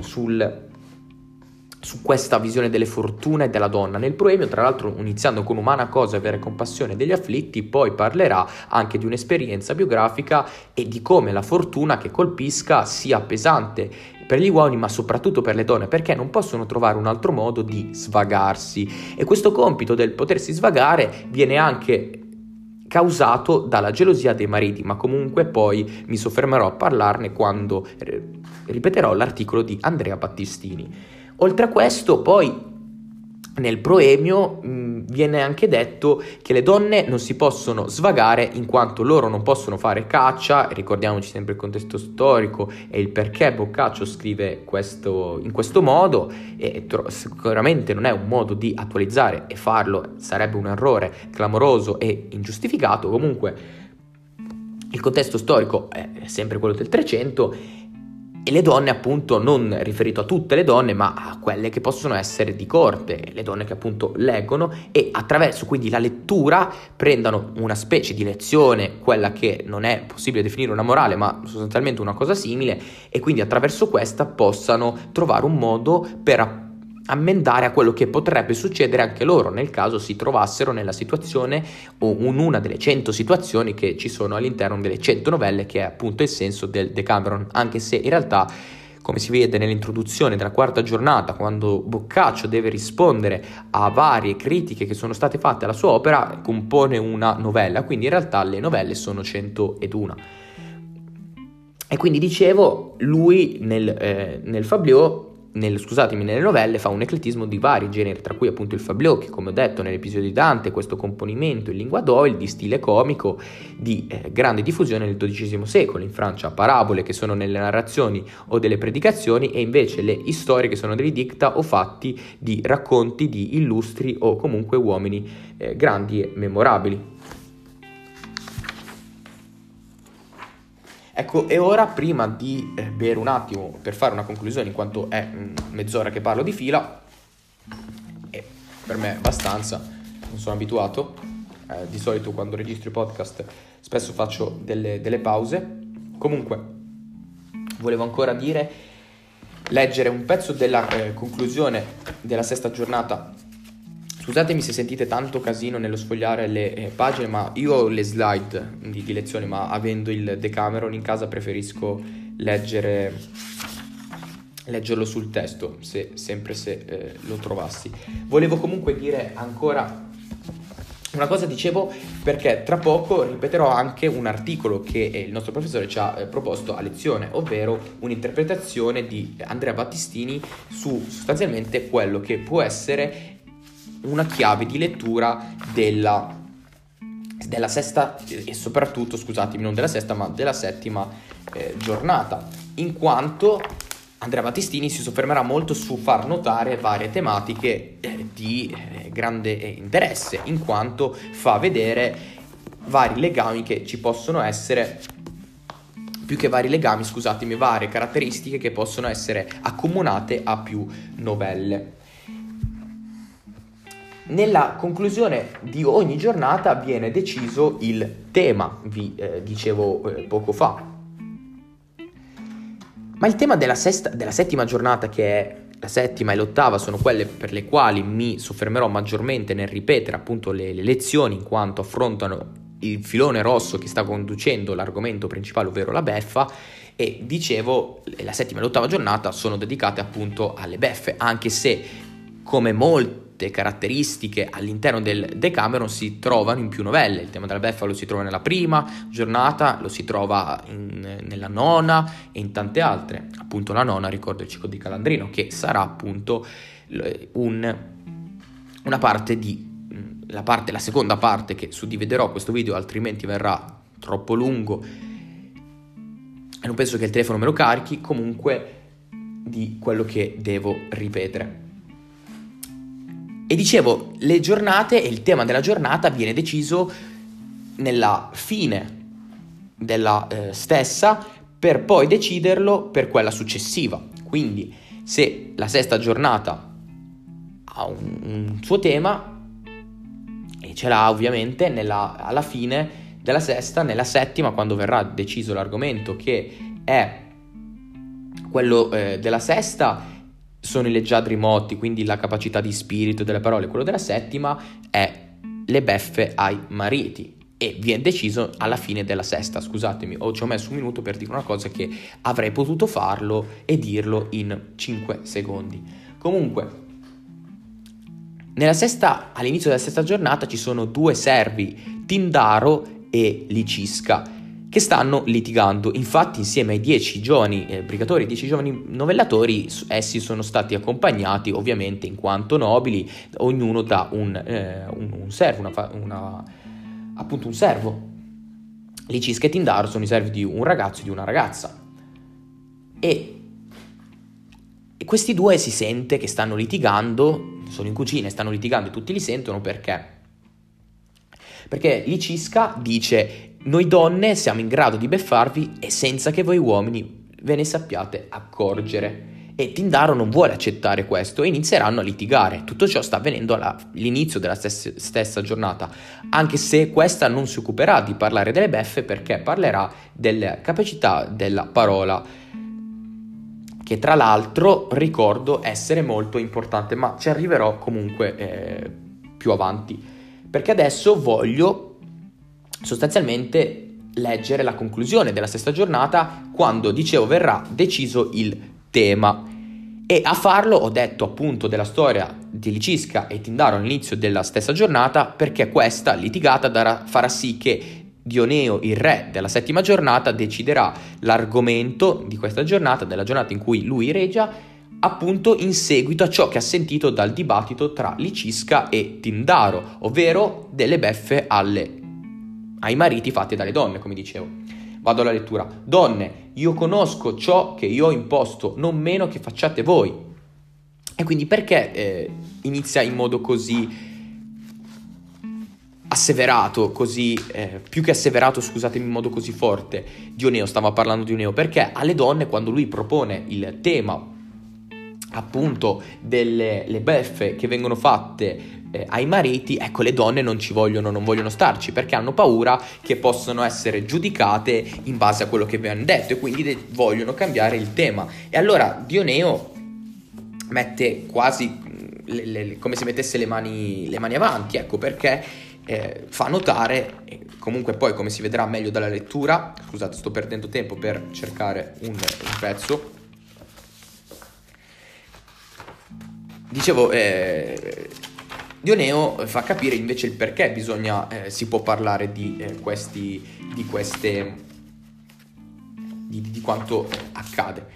[SPEAKER 1] su questa visione delle fortune e della donna nel proemio, tra l'altro iniziando con umana cosa e avere compassione degli afflitti, poi parlerà anche di un'esperienza biografica e di come la fortuna che colpisca sia pesante per gli uomini ma soprattutto per le donne, perché non possono trovare un altro modo di svagarsi, e questo compito del potersi svagare viene anche causato dalla gelosia dei mariti, ma comunque poi mi soffermerò a parlarne quando ripeterò l'articolo di Andrea Battistini. Oltre a questo, poi nel proemio viene anche detto che le donne non si possono svagare in quanto loro non possono fare caccia. Ricordiamoci sempre il contesto storico e il perché Boccaccio scrive in questo modo, e sicuramente non è un modo di attualizzare, e farlo sarebbe un errore clamoroso e ingiustificato. Comunque il contesto storico è sempre quello del 300, e le donne appunto non riferito a tutte le donne, ma a quelle che possono essere di corte, le donne che appunto leggono e attraverso quindi la lettura prendano una specie di lezione, quella che non è possibile definire una morale ma sostanzialmente una cosa simile, e quindi attraverso questa possano trovare un modo per ammendare a quello che potrebbe succedere anche loro nel caso si trovassero nella situazione o in una delle 100 situazioni che ci sono all'interno delle 100 novelle, che è appunto il senso del Decameron, anche se in realtà, come si vede nell'introduzione della quarta giornata, quando Boccaccio deve rispondere a varie critiche che sono state fatte alla sua opera, compone una novella, quindi in realtà le novelle sono 101. E quindi dicevo, lui nel Fabliaux, nelle novelle fa un eclettismo di vari generi, tra cui appunto il Fabliaux, che come ho detto nell'episodio di Dante, questo componimento in lingua d'oil di stile comico di grande diffusione nel XII secolo. In Francia parabole che sono nelle narrazioni o delle predicazioni, e invece le storie che sono dei dicta o fatti di racconti di illustri o comunque uomini grandi e memorabili. Ecco, e ora prima di bere un attimo per fare una conclusione, in quanto è mezz'ora che parlo di fila, e per me è abbastanza, non sono abituato, di solito quando registro i podcast spesso faccio delle pause. Comunque, volevo ancora leggere un pezzo della conclusione della sesta giornata. Scusatemi se sentite tanto casino nello sfogliare le pagine, ma io ho le slide di lezione, ma avendo il Decameron in casa preferisco leggerlo sul testo, se lo trovassi. Volevo comunque dire ancora una cosa, dicevo, perché tra poco ripeterò anche un articolo che il nostro professore ci ha proposto a lezione, ovvero un'interpretazione di Andrea Battistini su sostanzialmente quello che può essere una chiave di lettura della sesta, e soprattutto, scusatemi, non della sesta ma della settima giornata, in quanto Andrea Battistini si soffermerà molto su far notare varie tematiche di grande interesse, in quanto fa vedere vari legami che ci possono essere, più che vari legami, scusatemi, varie caratteristiche che possono essere accomunate a più novelle. Nella conclusione di ogni giornata viene deciso il tema, vi dicevo poco fa. Ma il tema della settima giornata, che è la settima e l'ottava, sono quelle per le quali mi soffermerò maggiormente nel ripetere appunto le lezioni, in quanto affrontano il filone rosso che sta conducendo l'argomento principale, ovvero la beffa. E dicevo, la settima e l'ottava giornata sono dedicate appunto alle beffe, anche se, come molte caratteristiche all'interno del Decameron, si trovano in più novelle. Il tema della beffa lo si trova nella prima giornata, lo si trova nella nona e in tante altre. Appunto la nona, ricordo il ciclo di Calandrino, che sarà appunto una parte la seconda parte, che suddividerò questo video, altrimenti verrà troppo lungo e non penso che il telefono me lo carichi, comunque, di quello che devo ripetere. E dicevo, le giornate e il tema della giornata viene deciso nella fine della stessa, per poi deciderlo per quella successiva. Quindi se la sesta giornata ha un suo tema, e ce l'ha ovviamente alla fine della sesta, nella settima, quando verrà deciso l'argomento che è quello della sesta, sono i leggiadri moti, quindi la capacità di spirito delle parole. Quello della settima è le beffe ai mariti, e viene deciso alla fine della sesta. Scusatemi, ci ho messo un minuto per dire una cosa che avrei potuto farlo e dirlo in 5 secondi. Comunque, all'inizio della sesta giornata ci sono due servi, Tindaro e Licisca, che stanno litigando. Infatti, insieme ai 10 giovani brigatori, 10 giovani novellatori, essi sono stati accompagnati, ovviamente in quanto nobili, ognuno da un servo, appunto un servo. Licisca e Tindaro sono i servi di un ragazzo e di una ragazza, e questi due si sente che stanno litigando, sono in cucina e stanno litigando, e tutti li sentono perché Licisca dice: noi donne siamo in grado di beffarvi e senza che voi uomini ve ne sappiate accorgere. E Tindaro non vuole accettare questo e inizieranno a litigare. Tutto ciò sta avvenendo all'inizio della stessa giornata, anche se questa non si occuperà di parlare delle beffe, perché parlerà delle capacità della parola, che tra l'altro ricordo essere molto importante, ma ci arriverò comunque più avanti, perché adesso voglio sostanzialmente leggere la conclusione della sesta giornata, quando dicevo verrà deciso il tema. E a farlo ho detto appunto della storia di Licisca e Tindaro all'inizio della stessa giornata, perché questa litigata farà sì che Dioneo, il re della settima giornata, deciderà l'argomento di questa giornata, della giornata in cui lui reggia, appunto in seguito a ciò che ha sentito dal dibattito tra Licisca e Tindaro, ovvero delle beffe ai mariti fatte dalle donne, come dicevo. Vado alla lettura. Donne, io conosco ciò che io ho imposto, non meno che facciate voi. E quindi perché inizia in modo così asseverato, più che asseverato, scusatemi, in modo così forte? Dioneo, stava parlando di Dioneo, perché alle donne, quando lui propone il tema appunto delle beffe che vengono fatte ai mariti, ecco, le donne non vogliono starci, perché hanno paura che possano essere giudicate in base a quello che vi hanno detto, e quindi vogliono cambiare il tema. E allora Dioneo mette quasi come se mettesse le mani avanti, ecco, perché fa notare, comunque poi come si vedrà meglio dalla lettura, scusate sto perdendo tempo per cercare un pezzo, dicevo, Dioneo fa capire invece il perché si può parlare di quanto accade.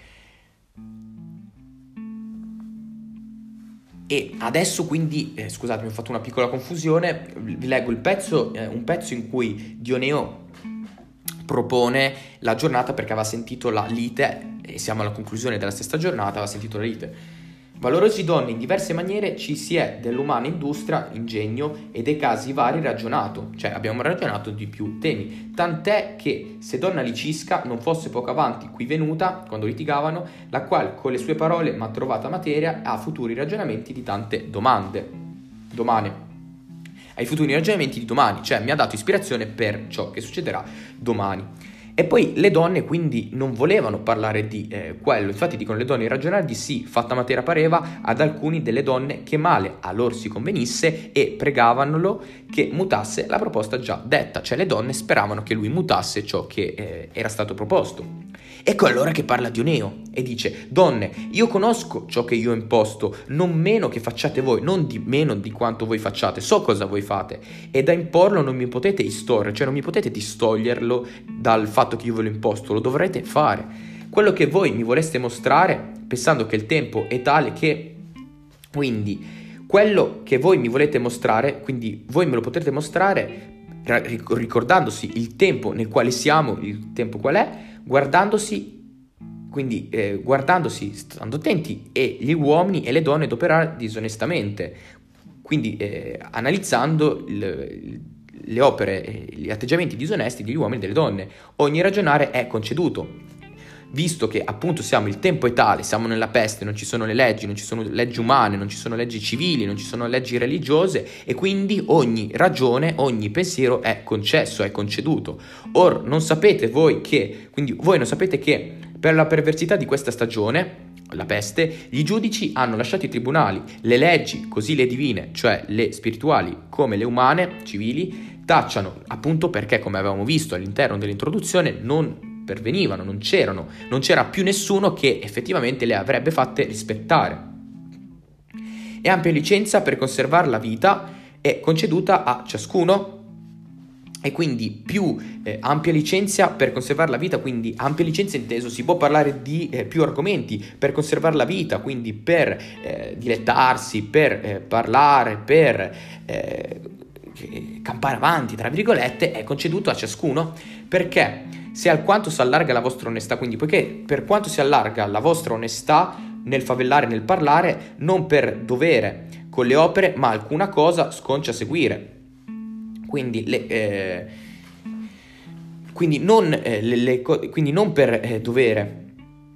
[SPEAKER 1] E adesso quindi, scusatemi, ho fatto una piccola confusione, vi leggo il pezzo, un pezzo in cui Dioneo propone la giornata perché aveva sentito la lite, e siamo alla conclusione della stessa giornata, aveva sentito la lite. Valorosi donne, in diverse maniere ci si è dell'umana industria, ingegno e dei casi vari ragionato, cioè abbiamo ragionato di più temi, tant'è che se donna Licisca non fosse poco avanti qui venuta, quando litigavano, la qual con le sue parole m'ha trovata materia a futuri ragionamenti di tante ai futuri ragionamenti di domani, cioè mi ha dato ispirazione per ciò che succederà domani. E poi le donne quindi non volevano parlare di quello, infatti dicono le donne ragionare di sì, fatta matera pareva ad alcuni delle donne che male a loro si convenisse e pregavanolo che mutasse la proposta già detta, cioè le donne speravano che lui mutasse ciò che era stato proposto. Ecco allora che parla Dioneo e dice: donne, io conosco ciò che io ho imposto, non meno che facciate voi, non di meno di quanto voi facciate, so cosa voi fate, e da imporlo non mi potete istorre, cioè non mi potete distoglierlo dal fatto che io ve l'ho imposto, lo dovrete fare. Quello che voi mi voleste mostrare, pensando che il tempo è tale che, quindi, quello che voi mi volete mostrare, quindi voi me lo potrete mostrare ricordandosi il tempo nel quale siamo, il tempo qual è, guardandosi, stando attenti, e gli uomini e le donne ad operare disonestamente, quindi analizzando le opere, gli atteggiamenti disonesti degli uomini e delle donne. Ogni ragionare è conceduto, visto che appunto il tempo è tale, siamo nella peste, non ci sono le leggi, non ci sono leggi umane, non ci sono leggi civili, non ci sono leggi religiose, e quindi ogni ragione, ogni pensiero è concesso, è conceduto. Or non sapete voi che per la perversità di questa stagione, la peste, gli giudici hanno lasciato i tribunali, le leggi, così le divine, cioè le spirituali, come le umane, civili, tacciano, appunto perché, come avevamo visto all'interno dell'introduzione, non pervenivano, non c'era più nessuno che effettivamente le avrebbe fatte rispettare. E ampia licenza per conservare la vita è conceduta a ciascuno, e quindi più ampia licenza per conservare la vita, quindi ampia licenza inteso, si può parlare di più argomenti per conservare la vita, quindi per dilettarsi, per parlare, per campare avanti, tra virgolette, è conceduto a ciascuno, perché se alquanto si allarga la vostra onestà, quindi poiché per quanto si allarga la vostra onestà nel favellare e nel parlare, non per dovere con le opere, ma alcuna cosa sconcia a seguire. Quindi non per dovere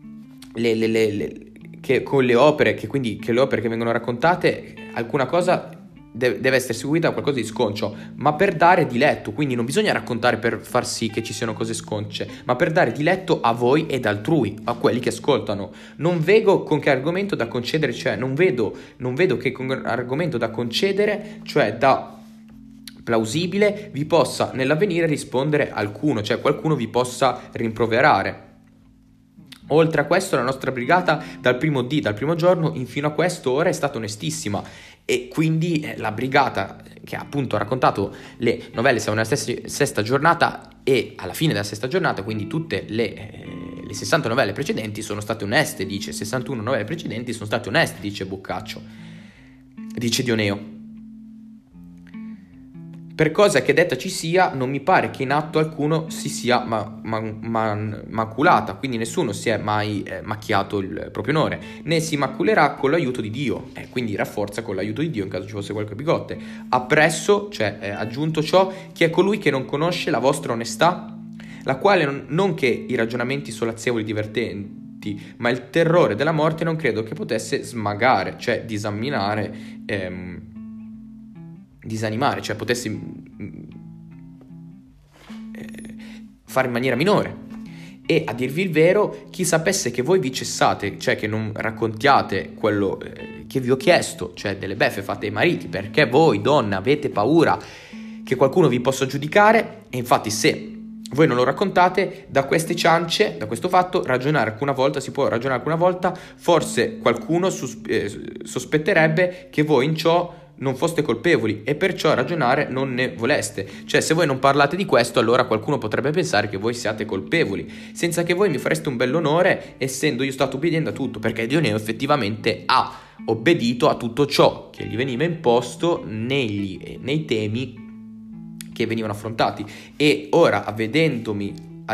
[SPEAKER 1] che con le opere, che le opere che vengono raccontate, alcuna cosa deve essere seguita da qualcosa di sconcio, ma per dare diletto. Quindi non bisogna raccontare per far sì che ci siano cose sconce, ma per dare diletto a voi ed altrui, a quelli che ascoltano. Non vedo con che argomento da concedere, cioè non vedo che con argomento da concedere, cioè da plausibile, vi possa nell'avvenire rispondere alcuno, cioè qualcuno vi possa rimproverare. Oltre a questo, la nostra brigata dal primo giorno fino a quest'ora è stata onestissima, e quindi la brigata che appunto ha raccontato le novelle, siamo nella sesta giornata, e alla fine della sesta giornata, quindi tutte le 60 novelle precedenti sono state oneste, dice, 61 novelle precedenti sono state oneste, dice Boccaccio, dice Dioneo. Per cosa che detta ci sia, non mi pare che in atto alcuno si sia maculata, quindi nessuno si è mai macchiato il proprio onore, né si maculerà con l'aiuto di Dio, quindi rafforza con l'aiuto di Dio in caso ci fosse qualche bigotte. Appresso, cioè aggiunto ciò, chi è colui che non conosce la vostra onestà, la quale non che i ragionamenti solazzevoli divertenti, ma il terrore della morte non credo che potesse smagare, cioè disanimare, cioè potesse fare in maniera minore. E a dirvi il vero, chi sapesse che voi vi cessate, cioè che non raccontiate quello che vi ho chiesto, cioè delle beffe fatte ai mariti, perché voi donne avete paura che qualcuno vi possa giudicare, e infatti se voi non lo raccontate, da queste ciance, da questo fatto, si può ragionare alcune volta, forse qualcuno sospetterebbe che voi in ciò non foste colpevoli e perciò ragionare non ne voleste. Cioè, se voi non parlate di questo, allora qualcuno potrebbe pensare che voi siate colpevoli, senza che voi mi fareste un bell'onore, essendo io stato obbediendo a tutto, perché Dioneo effettivamente ha obbedito a tutto ciò che gli veniva imposto nei temi che venivano affrontati. E ora, avendomi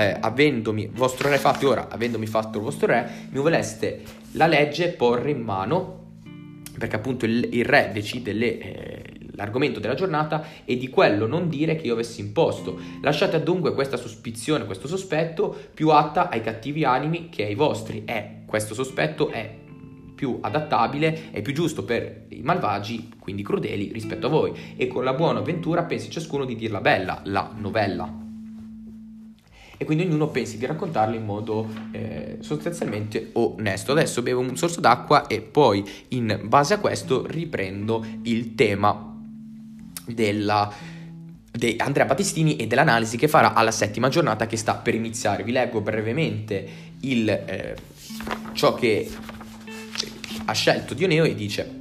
[SPEAKER 1] fatto il vostro re, mi voleste la legge porre in mano, perché appunto il re decide l'argomento della giornata e di quello non dire che io avessi imposto. Lasciate dunque questa suspizione, questo sospetto più atta ai cattivi animi che ai vostri. Questo sospetto è più adattabile e più giusto per i malvagi, quindi crudeli, rispetto a voi, e con la buona avventura pensi ciascuno di dirla bella, la novella, e quindi ognuno pensi di raccontarla in modo sostanzialmente onesto. Adesso bevo un sorso d'acqua e poi in base a questo riprendo il tema di Andrea Battistini e dell'analisi che farà alla settima giornata che sta per iniziare. Vi leggo brevemente ciò che ha scelto Dioneo e dice: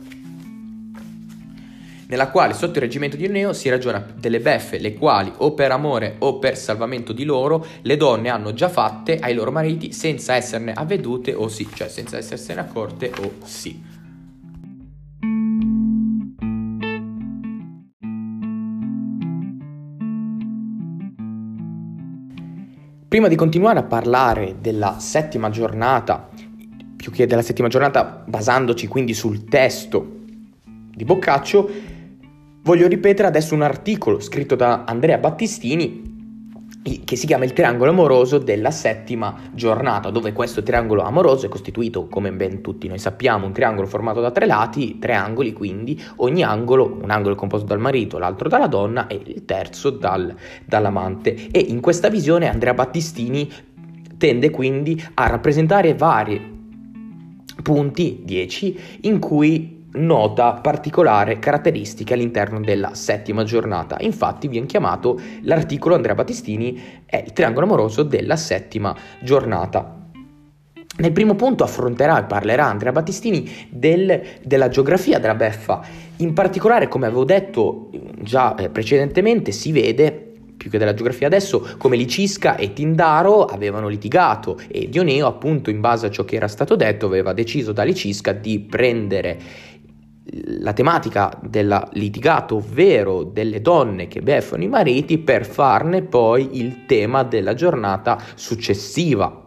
[SPEAKER 1] nella quale sotto il reggimento di Dioneo si ragiona delle beffe, le quali o per amore o per salvamento di loro le donne hanno già fatte ai loro mariti senza esserne avvedute o sì, cioè senza essersene accorte o sì. Prima di continuare a parlare della settima giornata, più che della settima giornata basandoci quindi sul testo di Boccaccio, voglio ripetere adesso un articolo scritto da Andrea Battistini che si chiama Il triangolo amoroso della settima giornata, dove questo triangolo amoroso è costituito, come ben tutti noi sappiamo, un triangolo formato da 3 lati, 3 angoli, quindi ogni angolo, un angolo è composto dal marito, l'altro dalla donna e il terzo dall'amante. E in questa visione Andrea Battistini tende quindi a rappresentare vari punti, 10, in cui nota particolare caratteristiche all'interno della settima giornata. Infatti viene chiamato l'articolo Andrea Battistini è il triangolo amoroso della settima giornata. Nel primo punto affronterà e parlerà Andrea Battistini della geografia della beffa. In particolare, come avevo detto già precedentemente, si vede più che della geografia adesso, come Licisca e Tindaro avevano litigato e Dioneo, appunto in base a ciò che era stato detto, aveva deciso da Licisca di prendere la tematica del litigato, ovvero delle donne che beffano i mariti, per farne poi il tema della giornata successiva.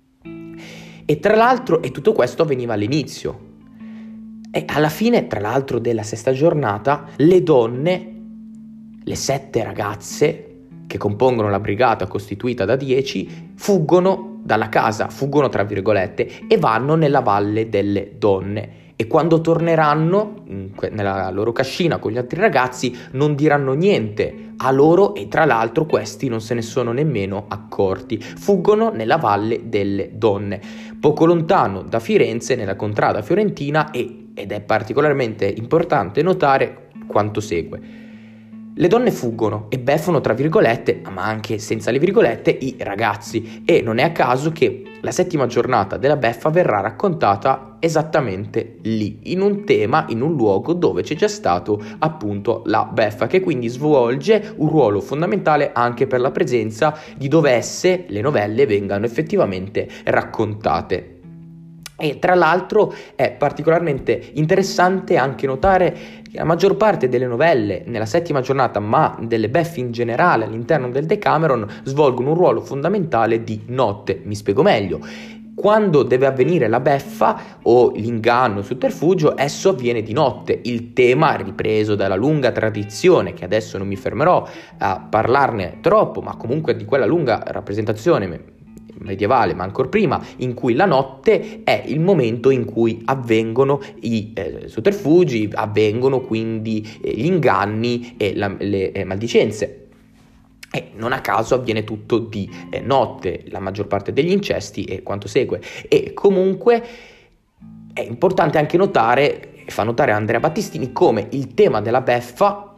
[SPEAKER 1] E tra l'altro, e tutto questo avveniva all'inizio. E alla fine, tra l'altro, della sesta giornata, le donne, le 7 ragazze che compongono la brigata costituita da 10, fuggono dalla casa, fuggono tra virgolette, e vanno nella valle delle donne. E quando torneranno nella loro cascina con gli altri ragazzi non diranno niente a loro e tra l'altro questi non se ne sono nemmeno accorti. Fuggono nella valle delle donne, poco lontano da Firenze, nella contrada fiorentina, ed è particolarmente importante notare quanto segue. Le donne fuggono e beffano tra virgolette, ma anche senza le virgolette, i ragazzi, e non è a caso che la settima giornata della beffa verrà raccontata esattamente lì, in un tema, in un luogo dove c'è già stato appunto la beffa, che quindi svolge un ruolo fondamentale anche per la presenza di dove esse, le novelle, vengano effettivamente raccontate. E tra l'altro è particolarmente interessante anche notare che la maggior parte delle novelle nella settima giornata, ma delle beffe in generale all'interno del Decameron, svolgono un ruolo fondamentale di notte. Mi spiego meglio. Quando deve avvenire la beffa o l'inganno, il sotterfugio, esso avviene di notte. Il tema è ripreso dalla lunga tradizione, che adesso non mi fermerò a parlarne troppo, ma comunque di quella lunga rappresentazione medievale, ma ancor prima, in cui la notte è il momento in cui avvengono i sotterfugi, avvengono quindi gli inganni e le maldicenze. E non a caso avviene tutto di notte, la maggior parte degli incesti e quanto segue. E comunque è importante anche notare, fa notare Andrea Battistini, come il tema della beffa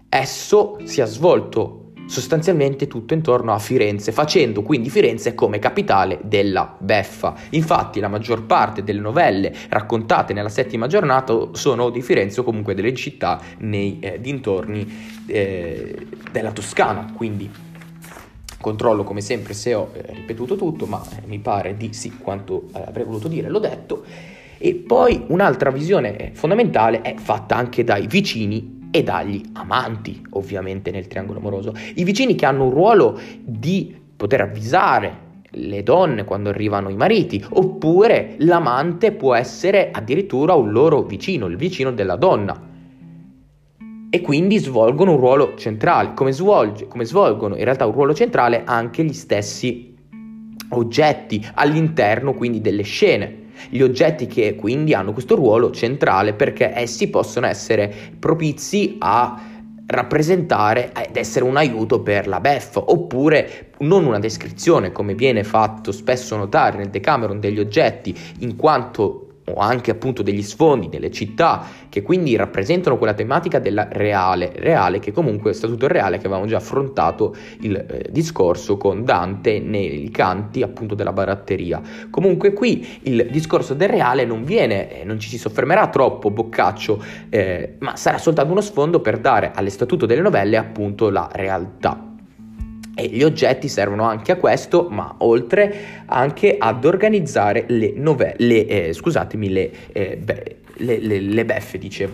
[SPEAKER 1] esso sia svolto sostanzialmente tutto intorno a Firenze, facendo quindi Firenze come capitale della beffa. Infatti la maggior parte delle novelle raccontate nella settima giornata sono di Firenze o comunque delle città nei dintorni della Toscana, quindi controllo come sempre se ho ripetuto tutto, ma mi pare di sì, quanto avrei voluto dire l'ho detto. E poi un'altra visione fondamentale è fatta anche dai vicini e dagli amanti, ovviamente, nel triangolo amoroso. I vicini che hanno un ruolo di poter avvisare le donne quando arrivano i mariti, oppure l'amante può essere addirittura un loro vicino, il vicino della donna, e quindi svolgono un ruolo centrale, come svolgono in realtà un ruolo centrale anche gli stessi oggetti all'interno quindi delle scene. Gli oggetti che quindi hanno questo ruolo centrale perché essi possono essere propizi a rappresentare ed essere un aiuto per la beffa, oppure non una descrizione come viene fatto spesso notare nel Decameron degli oggetti, in quanto o anche appunto degli sfondi delle città che quindi rappresentano quella tematica della reale che comunque è statuto il reale che avevamo già affrontato il discorso con Dante nei canti appunto della baratteria. Comunque qui il discorso del reale non ci si soffermerà troppo Boccaccio, ma sarà soltanto uno sfondo per dare alle statute delle novelle appunto la realtà. E gli oggetti servono anche a questo, ma oltre anche ad organizzare le beffe, dicevo.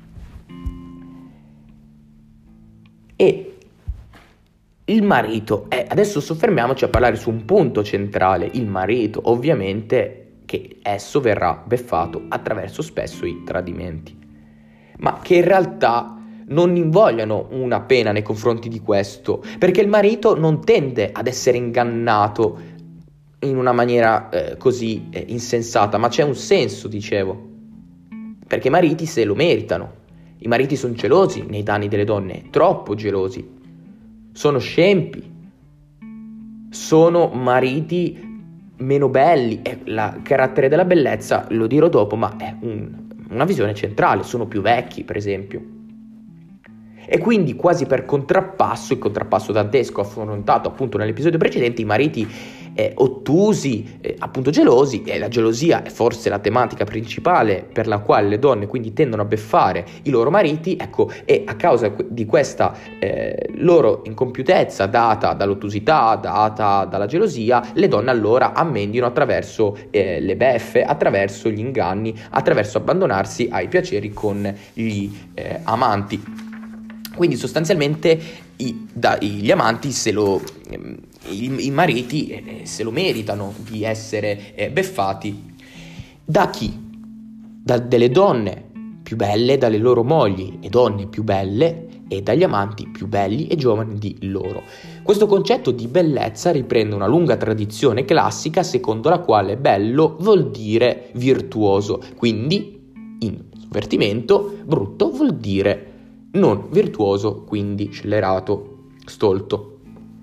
[SPEAKER 1] E il marito, adesso soffermiamoci a parlare su un punto centrale, il marito, ovviamente che esso verrà beffato attraverso spesso i tradimenti, ma che in realtà non invogliano una pena nei confronti di questo, perché il marito non tende ad essere ingannato in una maniera così insensata, ma c'è un senso, dicevo, perché i mariti se lo meritano. I mariti sono gelosi nei danni delle donne, troppo gelosi, sono scempi, sono mariti meno belli, il carattere della bellezza lo dirò dopo, ma è una visione centrale, sono più vecchi per esempio. E quindi quasi per contrappasso, il contrappasso dantesco affrontato appunto nell'episodio precedente, i mariti ottusi, appunto gelosi, e la gelosia è forse la tematica principale per la quale le donne quindi tendono a beffare i loro mariti, ecco, e a causa di questa loro incompiutezza data dall'ottusità, data dalla gelosia, le donne allora ammendino attraverso le beffe, attraverso gli inganni, attraverso abbandonarsi ai piaceri con gli amanti. Quindi sostanzialmente gli amanti i mariti se lo meritano di essere beffati. Da chi? Delle donne più belle, dalle loro mogli e donne più belle e dagli amanti più belli e giovani di loro. Questo concetto di bellezza riprende una lunga tradizione classica secondo la quale bello vuol dire virtuoso, quindi in svertimento brutto vuol dire non virtuoso, quindi scellerato, stolto.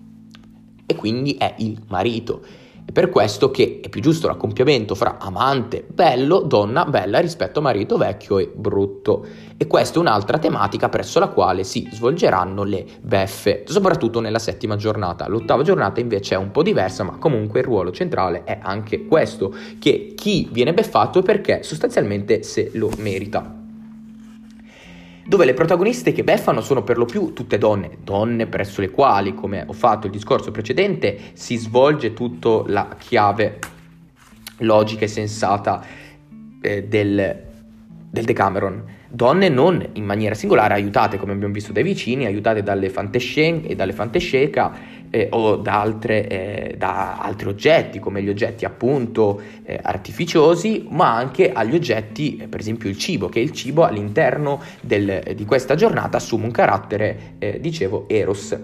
[SPEAKER 1] E quindi è il marito. È per questo che è più giusto l'accoppiamento fra amante bello, donna bella rispetto a marito vecchio e brutto. E questa è un'altra tematica presso la quale si svolgeranno le beffe, soprattutto nella settima giornata. L'ottava giornata invece è un po' diversa, ma comunque il ruolo centrale è anche questo, che chi viene beffato è perché sostanzialmente se lo merita. Dove le protagoniste che beffano sono per lo più tutte donne presso le quali, come ho fatto il discorso precedente, si svolge tutta la chiave logica e sensata del Decameron. Donne non in maniera singolare, aiutate come abbiamo visto dai vicini, aiutate dalle fantescen e dalle fantesceca o da altri oggetti come gli oggetti appunto artificiosi, ma anche agli oggetti, per esempio il cibo, che il cibo all'interno di questa giornata assume un carattere, dicevo, eros.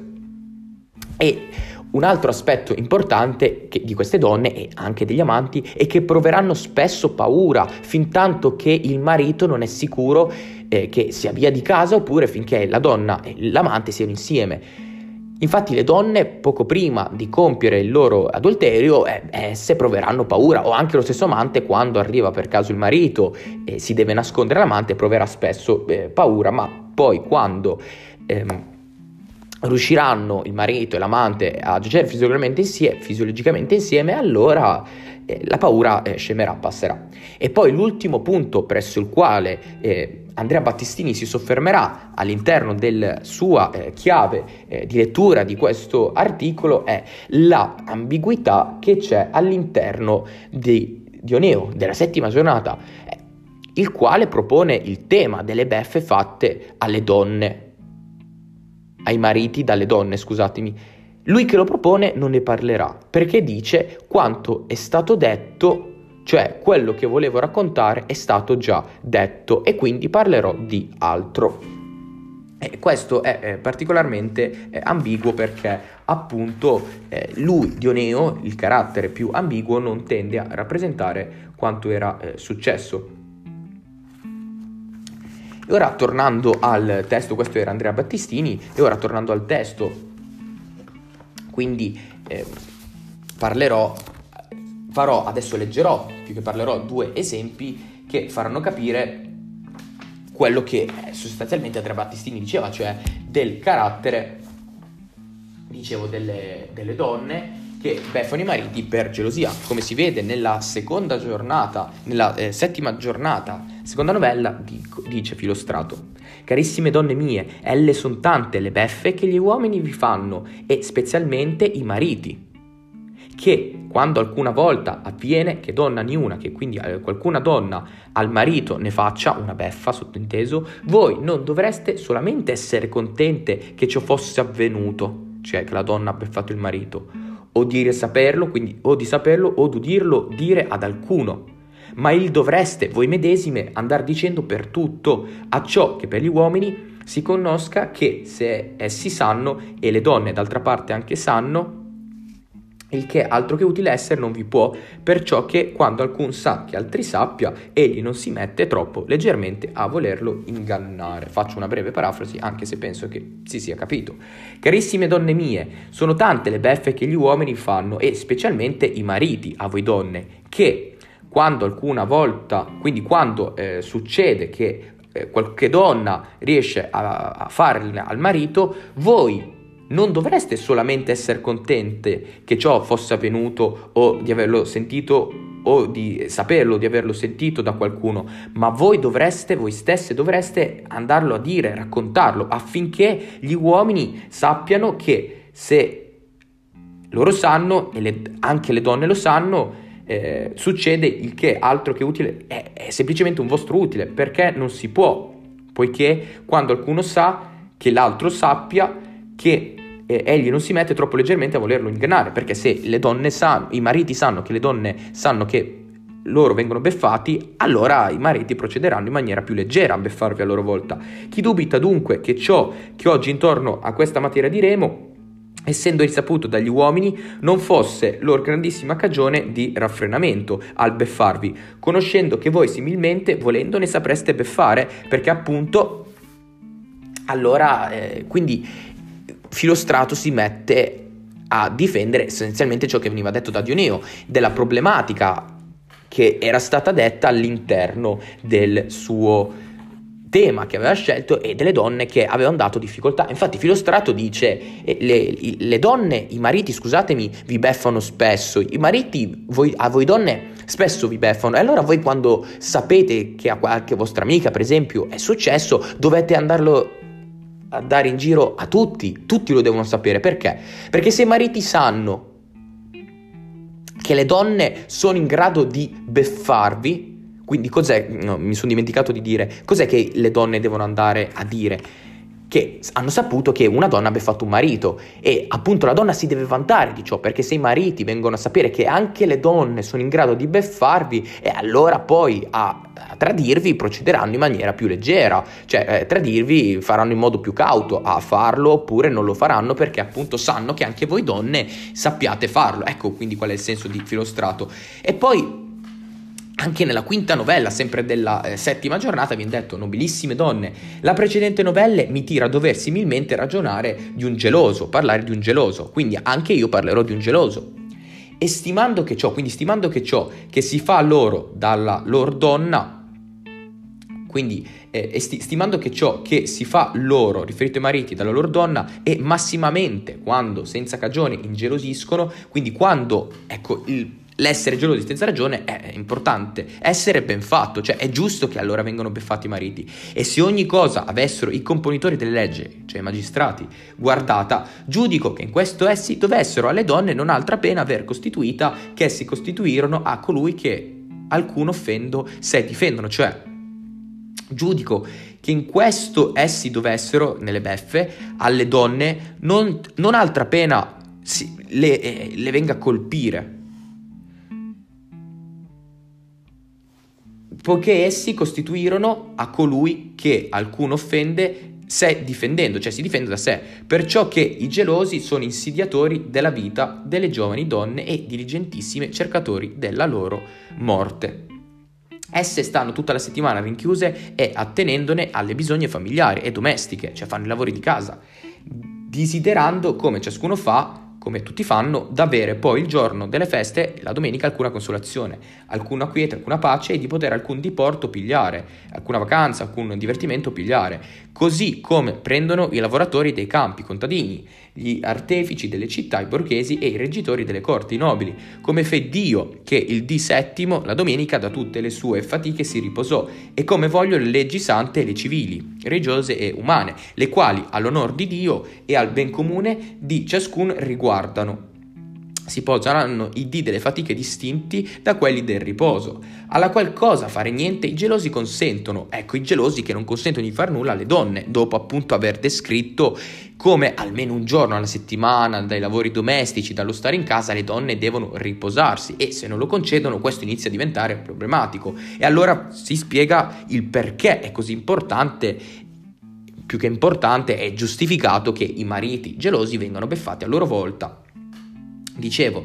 [SPEAKER 1] E un altro aspetto importante di queste donne e anche degli amanti è che proveranno spesso paura fin tanto che il marito non è sicuro che sia via di casa, oppure finché la donna e l'amante siano insieme. Infatti le donne poco prima di compiere il loro adulterio esse proveranno paura, o anche lo stesso amante quando arriva per caso il marito e si deve nascondere l'amante proverà spesso paura, ma poi quando riusciranno il marito e l'amante a giacere fisiologicamente insieme, allora la paura scemerà, passerà. E poi l'ultimo punto presso il quale Andrea Battistini si soffermerà all'interno della sua chiave di lettura di questo articolo è la ambiguità che c'è all'interno di Dioneo, della settima giornata, il quale propone il tema delle beffe fatte alle donne, ai mariti dalle donne, scusatemi. Lui che lo propone non ne parlerà, perché dice quanto è stato detto, cioè quello che volevo raccontare è stato già detto, e quindi parlerò di altro. E questo è particolarmente ambiguo, perché appunto lui, Dioneo, il carattere più ambiguo, non tende a rappresentare quanto era successo. E ora tornando al testo, questo era Andrea Battistini, e ora tornando al testo, quindi leggerò, più che parlerò, 2 esempi che faranno capire quello che sostanzialmente Andrea Battistini diceva, cioè del carattere, dicevo, delle donne che beffano i mariti per gelosia, come si vede nella seconda giornata, nella settima giornata, seconda novella, dice Filostrato: carissime donne mie, elle son tante le beffe che gli uomini vi fanno, e specialmente i mariti, che quando alcuna volta avviene che donna niuna, che quindi qualcuna donna al marito ne faccia una beffa, sottinteso, voi non dovreste solamente essere contente che ciò fosse avvenuto, cioè che la donna ha beffato il marito, o di saperlo o d'udirlo dire ad alcuno, ma il dovreste voi medesime andar dicendo per tutto, acciò che per gli uomini si conosca che se essi sanno, e le donne d'altra parte anche sanno, il che altro che utile essere non vi può, perciò che quando alcun sa che altri sappia, egli non si mette troppo leggermente a volerlo ingannare. Faccio una breve parafrasi, anche se penso che si sia capito. Carissime donne mie, sono tante le beffe che gli uomini fanno, e specialmente i mariti a voi donne, che quando alcuna volta, quindi quando succede che qualche donna riesce a farle al marito, voi non dovreste solamente essere contente che ciò fosse avvenuto, o di averlo sentito, o di saperlo, di averlo sentito da qualcuno, ma voi stesse dovreste andarlo a dire, raccontarlo, affinché gli uomini sappiano che se loro sanno, e anche le donne lo sanno, succede il che altro che utile, è semplicemente un vostro utile, perché non si può, poiché quando alcuno sa che l'altro sappia, che egli non si mette troppo leggermente a volerlo ingannare, perché se le donne i mariti sanno che le donne sanno che loro vengono beffati, allora i mariti procederanno in maniera più leggera a beffarvi a loro volta. Chi dubita dunque che ciò che oggi intorno a questa materia diremo, essendo risaputo dagli uomini, non fosse loro grandissima cagione di raffrenamento al beffarvi, conoscendo che voi similmente volendo ne sapreste beffare, perché appunto allora quindi Filostrato si mette a difendere essenzialmente ciò che veniva detto da Dioneo, della problematica che era stata detta all'interno del suo tema che aveva scelto, e delle donne che avevano dato difficoltà. Infatti Filostrato dice le donne, i mariti, scusatemi, vi beffano spesso, i mariti a voi donne spesso vi beffano, e allora voi, quando sapete che a qualche vostra amica per esempio è successo, dovete andarlo a dare in giro a tutti lo devono sapere. Perché? Perché se i mariti sanno che le donne sono in grado di beffarvi, quindi mi sono dimenticato di dire, cos'è che le donne devono andare a dire? Che hanno saputo che una donna abbia fatto un marito, e appunto la donna si deve vantare di ciò, perché se i mariti vengono a sapere che anche le donne sono in grado di beffarvi, e allora poi a tradirvi procederanno in maniera più leggera, cioè tradirvi faranno in modo più cauto a farlo, oppure non lo faranno, perché appunto sanno che anche voi donne sappiate farlo. Ecco quindi qual è il senso di Filostrato. E poi anche nella quinta novella, sempre della settima giornata, viene detto: nobilissime donne, la precedente novella mi tira a dover similmente ragionare di un geloso, parlare di un geloso, quindi anche io parlerò di un geloso. E stimando che ciò che si fa loro dalla lor donna, quindi stimando che ciò che si fa loro, riferito ai mariti, dalla loro donna, è massimamente quando senza cagione ingelosiscono, quindi quando, ecco, l'essere gelosi senza ragione è importante, essere ben fatto, cioè è giusto che allora vengano beffati i mariti. E se ogni cosa avessero i componitori delle leggi, cioè i magistrati, guardata, giudico che in questo essi dovessero alle donne non altra pena aver costituita che essi costituirono a colui che alcuno offendo se difendono, cioè giudico che in questo essi dovessero, nelle beffe, alle donne non altra pena le venga a colpire, poiché essi costituirono a colui che alcuno offende sé difendendo, cioè si difende da sé, perciò che i gelosi sono insidiatori della vita delle giovani donne e diligentissime cercatori della loro morte. Esse stanno tutta la settimana rinchiuse e attenendone alle bisogne familiari e domestiche, cioè fanno i lavori di casa, desiderando, come ciascuno fa, come tutti fanno, d'avere poi il giorno delle feste, la domenica, alcuna consolazione, alcuna quiete, alcuna pace e di poter alcun diporto pigliare, alcuna vacanza, alcun divertimento pigliare, così come prendono i lavoratori dei campi, i contadini, gli artefici delle città, i borghesi e i reggitori delle corti, i nobili, come fe Dio che il dì settimo, la domenica, da tutte le sue fatiche si riposò, e come voglio le leggi sante e le civili, religiose e umane, le quali all'onor di Dio e al ben comune di ciascun riguardano. Si poseranno i dì delle fatiche distinti da quelli del riposo, alla qual cosa fare niente i gelosi consentono, ecco i gelosi che non consentono di far nulla alle donne, dopo appunto aver descritto come almeno un giorno alla settimana dai lavori domestici, dallo stare in casa, le donne devono riposarsi, e se non lo concedono questo inizia a diventare problematico, e allora si spiega il perché è così importante. Più che importante è giustificato che i mariti gelosi vengano beffati a loro volta. Dicevo,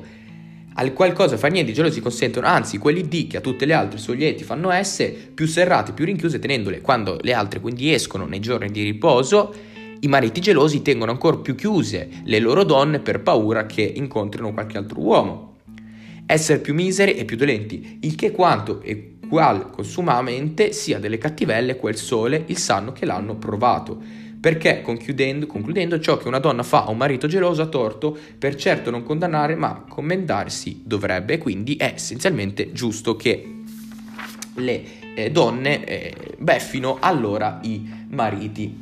[SPEAKER 1] al qualcosa fa niente i gelosi consentono, anzi quelli dì che a tutte le altre soglieti fanno esse, più serrate, più rinchiuse tenendole, quando le altre quindi escono nei giorni di riposo, i mariti gelosi tengono ancora più chiuse le loro donne per paura che incontrino qualche altro uomo. Essere più miseri e più dolenti, il che quanto e qual consumamente sia delle cattivelle quel sole il sanno che l'hanno provato. Perché, concludendo, ciò che una donna fa a un marito geloso a torto, per certo non condannare, ma commendarsi dovrebbe. Quindi è essenzialmente giusto che le donne beffino allora i mariti.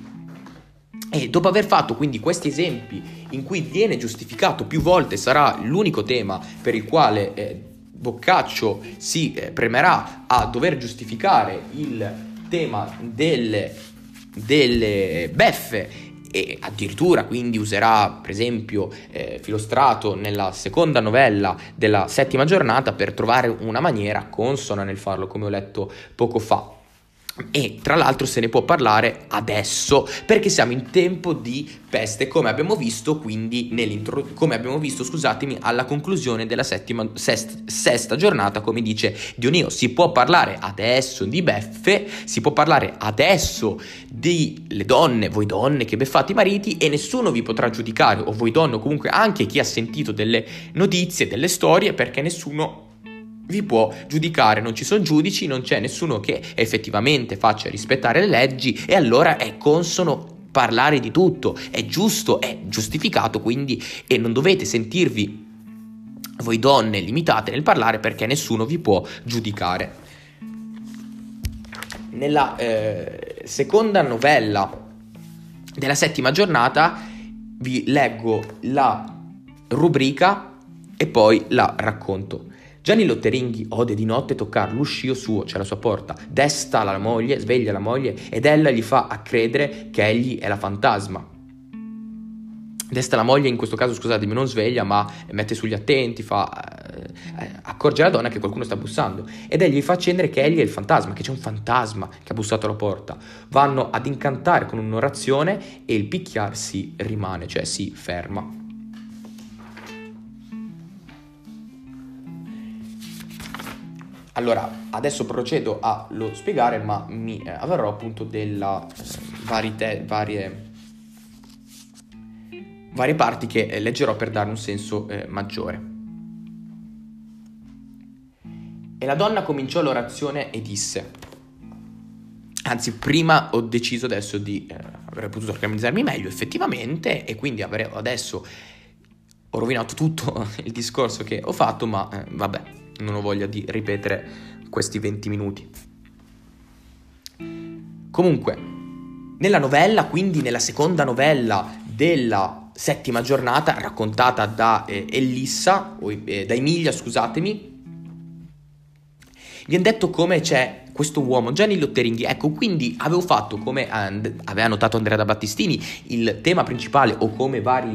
[SPEAKER 1] E dopo aver fatto quindi questi esempi in cui viene giustificato più volte, sarà l'unico tema per il quale Boccaccio si premerà a dover giustificare il tema delle beffe, e addirittura quindi userà per esempio Filostrato nella seconda novella della settima giornata per trovare una maniera consona nel farlo, come ho letto poco fa. E tra l'altro se ne può parlare adesso perché siamo in tempo di peste, come abbiamo visto quindi alla conclusione della sesta giornata, come dice Dioneo. Si può parlare adesso di beffe, si può parlare adesso di le donne, voi donne che beffate i mariti, e nessuno vi potrà giudicare, o voi donne o comunque anche chi ha sentito delle notizie, delle storie, perché nessuno vi può giudicare, non ci sono giudici, non c'è nessuno che effettivamente faccia rispettare le leggi, e allora è consono parlare di tutto, è giusto, è giustificato quindi, e non dovete sentirvi voi donne limitate nel parlare perché nessuno vi può giudicare. Nella seconda novella della settima giornata vi leggo la rubrica e poi la racconto. Gianni Lotteringhi ode di notte toccar l'uscio suo, cioè la sua porta, desta la moglie, sveglia la moglie, ed ella gli fa a credere che egli è la fantasma. Desta la moglie, in questo caso scusatemi, non sveglia ma mette sugli attenti, accorge alla donna che qualcuno sta bussando, ed egli fa accendere che egli è il fantasma, che c'è un fantasma che ha bussato alla porta. Vanno ad incantare con un'orazione e il picchiarsi rimane, cioè si ferma. Allora, adesso procedo a lo spiegare, ma mi avverrò appunto della varie parti che leggerò per dare un senso maggiore. E la donna cominciò l'orazione e disse: anzi prima ho deciso adesso di avrei potuto organizzarmi meglio effettivamente, e quindi adesso ho rovinato tutto il discorso che ho fatto, ma vabbè, non ho voglia di ripetere questi 20 minuti. Comunque, nella novella, quindi nella seconda novella della settima giornata, raccontata da Elissa, da Emilia, scusatemi, viene detto come c'è questo uomo, Gianni Lotteringhi. Ecco, quindi avevo fatto, come aveva notato Andrea da Battistini, il tema principale, o come vari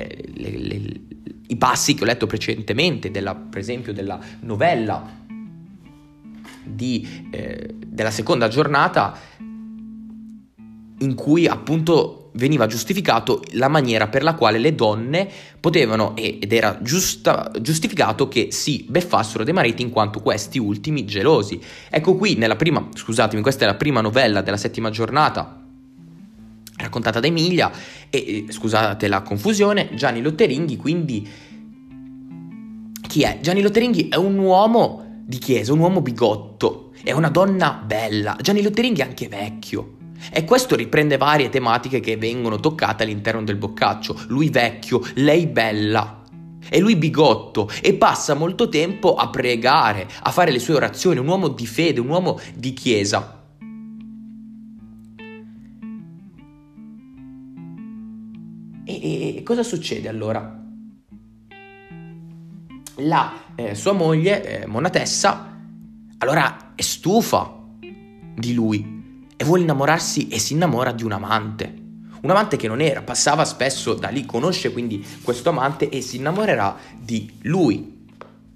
[SPEAKER 1] i passi che ho letto precedentemente, per esempio della novella della seconda giornata, in cui appunto veniva giustificato la maniera per la quale le donne potevano, ed era giustificato che si beffassero dei mariti in quanto questi ultimi gelosi. Ecco, qui questa è la prima novella della settima giornata raccontata da Emilia, e scusate la confusione, Gianni Lotteringhi, quindi chi è? Gianni Lotteringhi è un uomo di chiesa, un uomo bigotto, è una donna bella. Gianni Lotteringhi è anche vecchio, e questo riprende varie tematiche che vengono toccate all'interno del Boccaccio. Lui vecchio, lei bella, e lui bigotto, e passa molto tempo a pregare, a fare le sue orazioni, un uomo di fede, un uomo di chiesa. E cosa succede allora? La sua moglie, Monatessa, allora è stufa di lui e vuole innamorarsi, e si innamora di un amante che non era, passava spesso da lì, conosce quindi questo amante e si innamorerà di lui.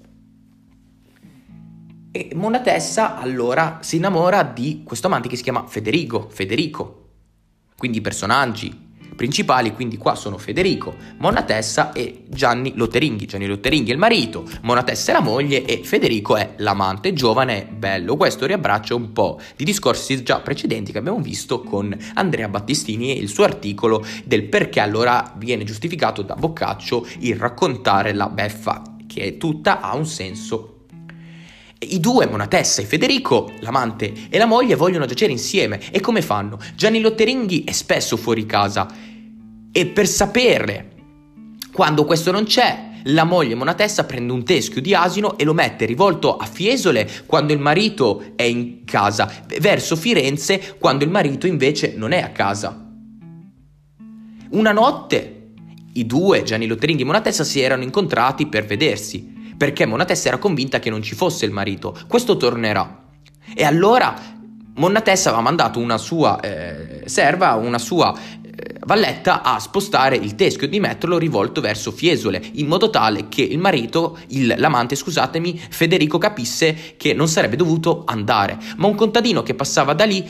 [SPEAKER 1] E Monatessa allora si innamora di questo amante che si chiama Federico. Quindi i personaggi principali quindi qua sono Federico, Monatessa e Gianni Lotteringhi. Gianni Lotteringhi è il marito, Monatessa è la moglie e Federico è l'amante giovane e bello. Questo riabbraccia un po' di discorsi già precedenti che abbiamo visto con Andrea Battistini e il suo articolo del perché allora viene giustificato da Boccaccio il raccontare la beffa, che tutta ha un senso. I due, Monatessa e Federico, l'amante e la moglie, vogliono giacere insieme. E come fanno? Gianni Lotteringhi è spesso fuori casa, e per sapere quando questo non c'è, la moglie Monatessa prende un teschio di asino e lo mette rivolto a Fiesole quando il marito è in casa, verso Firenze quando il marito invece non è a casa. Una notte i due, Gianni Lotteringhi e Monatessa, si erano incontrati per vedersi, perché Monatessa era convinta che non ci fosse il marito. Questo tornerà. E allora Monatessa aveva mandato una sua serva, una sua valletta, a spostare il teschio, di metterlo rivolto verso Fiesole, in modo tale che il marito, l'amante, scusatemi, Federico, capisse che non sarebbe dovuto andare. Ma un contadino che passava da lì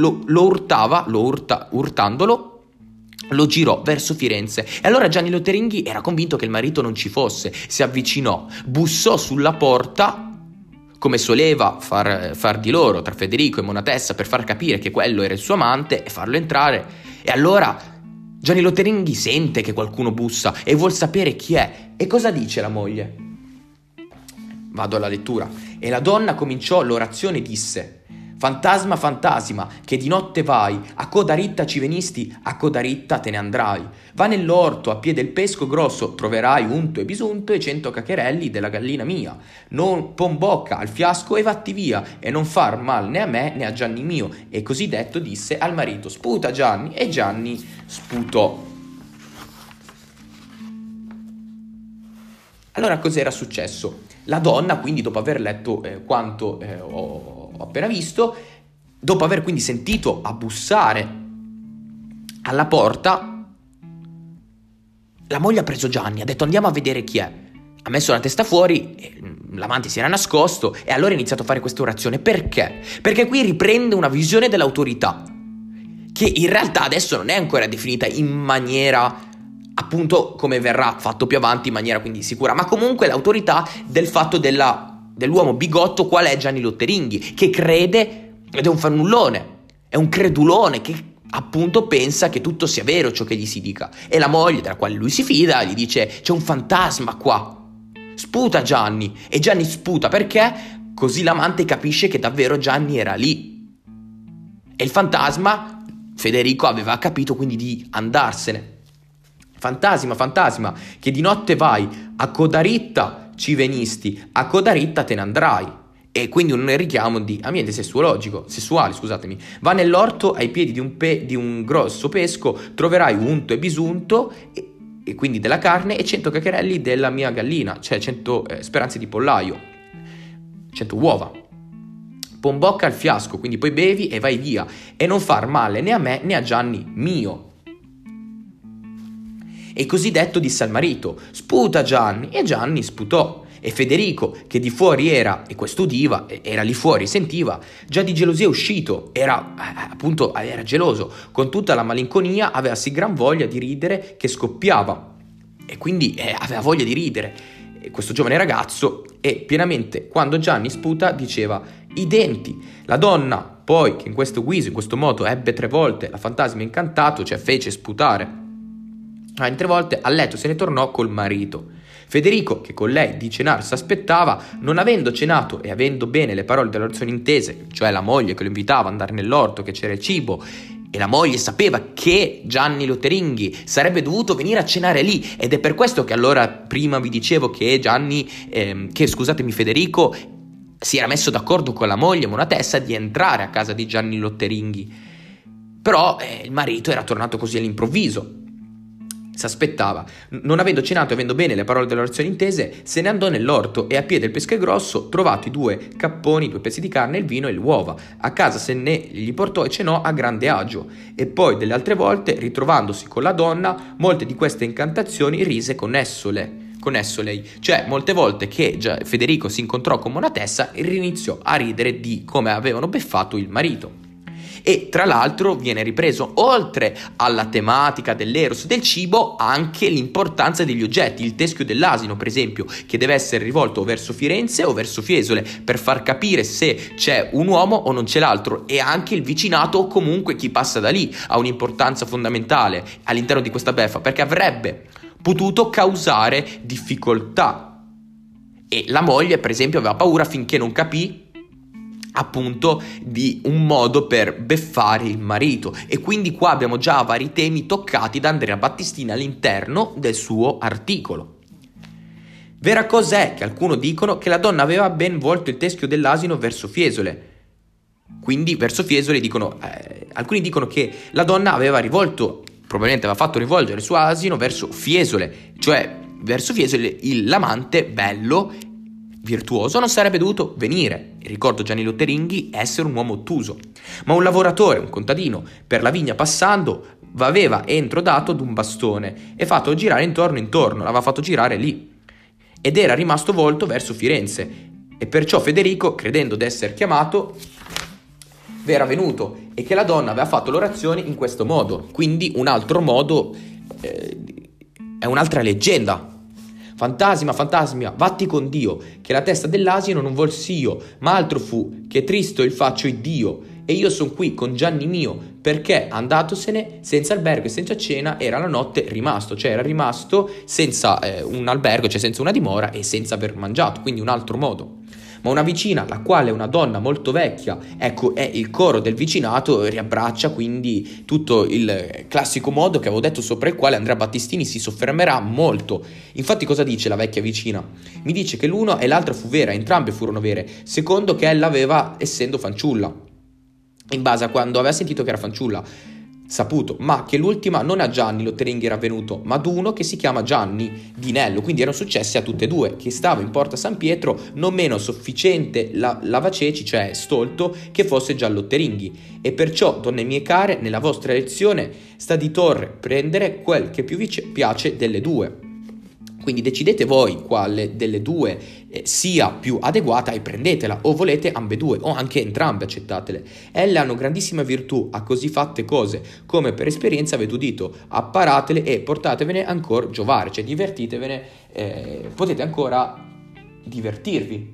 [SPEAKER 1] urtandolo, lo girò verso Firenze. E allora Gianni Lotteringhi era convinto che il marito non ci fosse, si avvicinò, bussò sulla porta, come soleva far di loro tra Federico e Monatessa, per far capire che quello era il suo amante e farlo entrare. E allora Gianni Lotteringhi sente che qualcuno bussa e vuol sapere chi è. E cosa dice la moglie? Vado alla lettura. E la donna cominciò l'orazione e disse: fantasma, fantasima, che di notte vai, a coda ritta ci venisti, a coda ritta te ne andrai. Va nell'orto, a piede il pesco grosso, troverai unto e bisunto e 100 cacherelli della gallina mia. Non pon bocca al fiasco e vatti via, e non far mal né a me né a Gianni mio. E così detto disse al marito: sputa Gianni, e Gianni sputò. Allora cos'era successo? La donna, quindi, dopo aver letto quanto ho appena visto, dopo aver quindi sentito a bussare alla porta, la moglie ha preso Gianni, ha detto: andiamo a vedere chi è. Ha messo la testa fuori, l'amante si era nascosto, e allora ha iniziato a fare questa orazione. Perché? Perché qui riprende una visione dell'autorità, che in realtà adesso non è ancora definita in maniera, appunto, come verrà fatto più avanti, in maniera quindi sicura, ma comunque l'autorità del fatto dell'uomo bigotto, qual è Gianni Lotteringhi, che crede, ed è un fannullone, è un credulone che appunto pensa che tutto sia vero ciò che gli si dica. E la moglie, della quale lui si fida, gli dice: c'è un fantasma qua, sputa Gianni. E Gianni sputa, perché così l'amante capisce che davvero Gianni era lì. E il fantasma, Federico aveva capito quindi di andarsene. Fantasma, che di notte vai, a coda ritta ci venisti, a coda ritta te ne andrai. E quindi un richiamo di ambiente sessuale, scusatemi. Va nell'orto ai piedi di un grosso pesco, troverai unto e bisunto, e quindi della carne, e 100 caccherelli della mia gallina, cioè 100 speranze di pollaio, 100 uova. Pon bocca al fiasco, quindi poi bevi e vai via, e non far male né a me né a Gianni mio. E così detto disse al marito: sputa Gianni, e Gianni sputò. E Federico, che di fuori era, e questo udiva, era lì fuori, sentiva, già di gelosia uscito, era geloso, con tutta la malinconia aveva sì gran voglia di ridere che scoppiava, e quindi aveva voglia di ridere, questo giovane ragazzo, e pienamente quando Gianni sputa diceva: i denti. La donna poi, che in questo guiso, in questo modo, ebbe 3 volte la fantasma incantato, cioè fece sputare, in 3 volte a letto se ne tornò col marito. Federico, che con lei di cenar s'aspettava, non avendo cenato e avendo bene le parole dell'orazione intese, cioè la moglie che lo invitava ad andare nell'orto, che c'era il cibo, e la moglie sapeva che Gianni Lotteringhi sarebbe dovuto venire a cenare lì, ed è per questo che allora prima vi dicevo che Federico si era messo d'accordo con la moglie Monatessa di entrare a casa di Gianni Lotteringhi. Però il marito era tornato così all'improvviso. S'aspettava. Non avendo cenato e avendo bene le parole dell'orazione intese, se ne andò nell'orto, e a piede del pescagrosso, trovato i 2 capponi, 2 pezzi di carne, il vino e le uova. A casa se ne gli portò e cenò a grande agio. E poi delle altre volte, ritrovandosi con la donna, molte di queste incantazioni rise con esso lei. Cioè, molte volte che Federico si incontrò con Monatessa, riniziò a ridere di come avevano beffato il marito. E tra l'altro viene ripreso, oltre alla tematica dell'eros del cibo, anche l'importanza degli oggetti. Il teschio dell'asino, per esempio, che deve essere rivolto verso Firenze o verso Fiesole, per far capire se c'è un uomo o non c'è l'altro. E anche il vicinato, o comunque chi passa da lì, ha un'importanza fondamentale all'interno di questa beffa, perché avrebbe potuto causare difficoltà. E la moglie, per esempio, aveva paura finché non capì appunto di un modo per beffare il marito. E quindi qua abbiamo già vari temi toccati da Andrea Battistini all'interno del suo articolo. Vera cos'è che alcuni dicono che la donna aveva ben volto il teschio dell'asino verso Fiesole. Quindi verso Fiesole alcuni dicono che la donna aveva rivolto, probabilmente aveva fatto rivolgere il suo asino verso Fiesole, cioè verso Fiesole l'amante bello, virtuoso, non sarebbe dovuto venire. Ricordo Gianni Lotteringhi essere un uomo ottuso, ma un lavoratore, un contadino, per la vigna passando, aveva entro dato d'un bastone e fatto girare intorno, l'aveva fatto girare lì, ed era rimasto volto verso Firenze, e perciò Federico, credendo d'essere chiamato, v'era venuto, e che la donna aveva fatto l'orazione in questo modo. Quindi un altro modo, è un'altra leggenda. Fantasima, vatti con Dio, che la testa dell'asino non volsi io, ma altro fu, che tristo il faccio il Dio, e io son qui con Gianni mio, perché andatosene senza albergo e senza cena era la notte rimasto, cioè era rimasto senza un albergo, cioè senza una dimora e senza aver mangiato, quindi un altro modo. Ma una vicina, la quale è una donna molto vecchia, ecco, è il coro del vicinato, riabbraccia quindi tutto il classico modo che avevo detto, sopra il quale Andrea Battistini si soffermerà molto. Infatti cosa dice la vecchia vicina? Mi dice che l'uno e l'altra fu vera, entrambe furono vere, secondo che ella aveva, essendo fanciulla, in base a quando aveva sentito che era fanciulla, saputo, ma che l'ultima non a Gianni Lotteringhi era venuto, ma ad uno che si chiama Gianni Dinello, quindi erano successe a tutte e due, che stava in Porta San Pietro, non meno sofficiente lavaceci, cioè stolto, che fosse Gian Lotteringhi. E perciò, donne mie care, nella vostra elezione sta di torre prendere quel che più vi piace delle due. Quindi decidete voi quale delle due sia più adeguata e prendetela, o volete ambedue, o anche entrambe accettatele. Elle hanno grandissima virtù a così fatte cose, come per esperienza avete udito, apparatele e portatevene ancora giovare, cioè divertitevene, potete ancora divertirvi.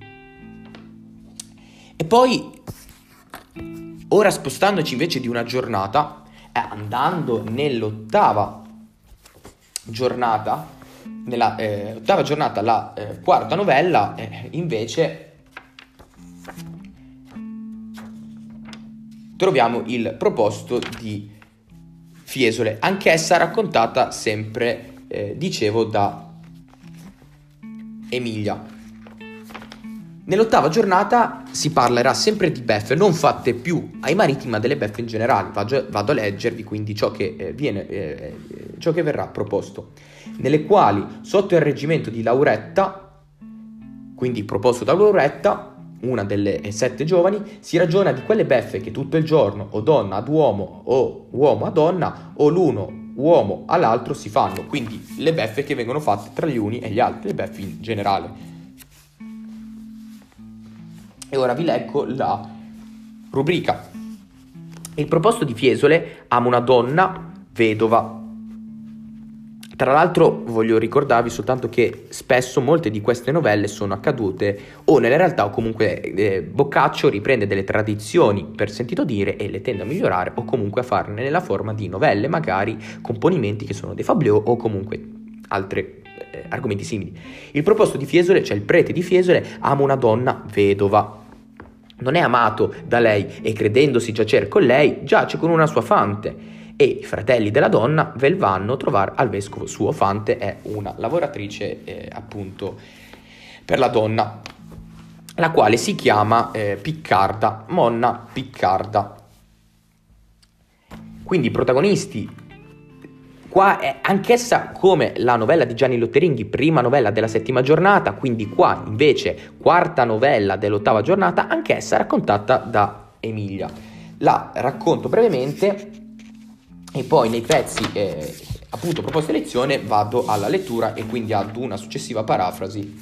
[SPEAKER 1] E poi, ora spostandoci invece di una giornata, andando nell'ottava giornata, nella ottava giornata, la quarta novella, invece troviamo il proposito di Fiesole, anch'essa raccontata sempre, dicevo, da Emilia. Nell'8ª giornata si parlerà sempre di beffe, non fatte più ai marittimi, ma delle beffe in generale. Vado a leggervi quindi ciò che verrà proposto, nelle quali, sotto il reggimento di Lauretta, quindi proposto da Lauretta, una delle 7 giovani, si ragiona di quelle beffe che tutto il giorno o donna ad uomo o uomo a donna o l'uno uomo all'altro si fanno, quindi le beffe che vengono fatte tra gli uni e gli altri, le beffe in generale. E ora vi leggo la rubrica. Il proposito di Fiesole ama una donna vedova. Tra l'altro voglio ricordarvi soltanto che spesso molte di queste novelle sono accadute o nella realtà, o comunque Boccaccio riprende delle tradizioni per sentito dire e le tende a migliorare, o comunque a farne nella forma di novelle, magari componimenti che sono dei fabliaux o comunque altri argomenti simili. Il proposito di Fiesole, cioè il prete di Fiesole, ama una donna vedova. Non è amato da lei e, credendosi giacere con lei, giace con una sua fante. E i fratelli della donna ve l vanno a trovare al vescovo suo. Fante è una lavoratrice appunto per la donna, la quale si chiama Piccarda, Monna Piccarda. Quindi i protagonisti qua è anch'essa come la novella di Gianni Lotteringhi, prima novella della 7ª giornata, quindi qua invece 4ª novella dell'8ª giornata, anch'essa raccontata da Emilia. La racconto brevemente e poi nei pezzi appunto proposti a lezione vado alla lettura e quindi ad una successiva parafrasi.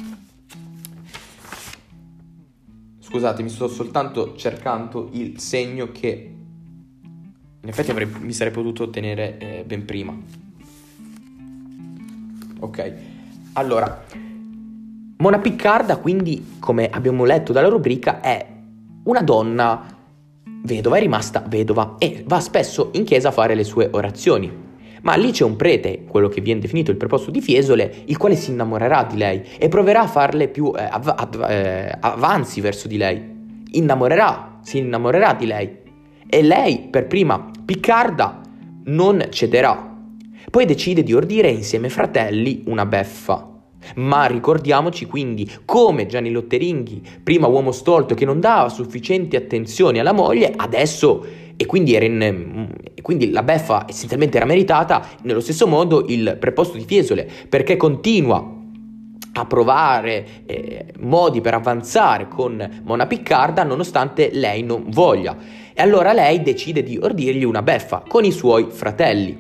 [SPEAKER 1] Scusate, mi sto soltanto cercando il segno che in effetti mi sarei potuto ottenere ben prima. Ok, allora Monna Piccarda, quindi, come abbiamo letto dalla rubrica, è una donna vedova, è rimasta vedova e va spesso in chiesa a fare le sue orazioni. Ma lì c'è un prete, quello che viene definito il preposto di Fiesole, il quale si innamorerà di lei e proverà a farle più avanzi verso di lei. Si innamorerà di lei e lei, per prima Piccarda, non cederà. Poi decide di ordire insieme ai fratelli una beffa. Ma ricordiamoci quindi come Gianni Lotteringhi, prima uomo stolto che non dava sufficienti attenzioni alla moglie, adesso, e quindi la beffa essenzialmente era meritata, nello stesso modo il preposto di Fiesole, perché continua a provare modi per avanzare con Monna Piccarda nonostante lei non voglia. E allora lei decide di ordirgli una beffa con i suoi fratelli.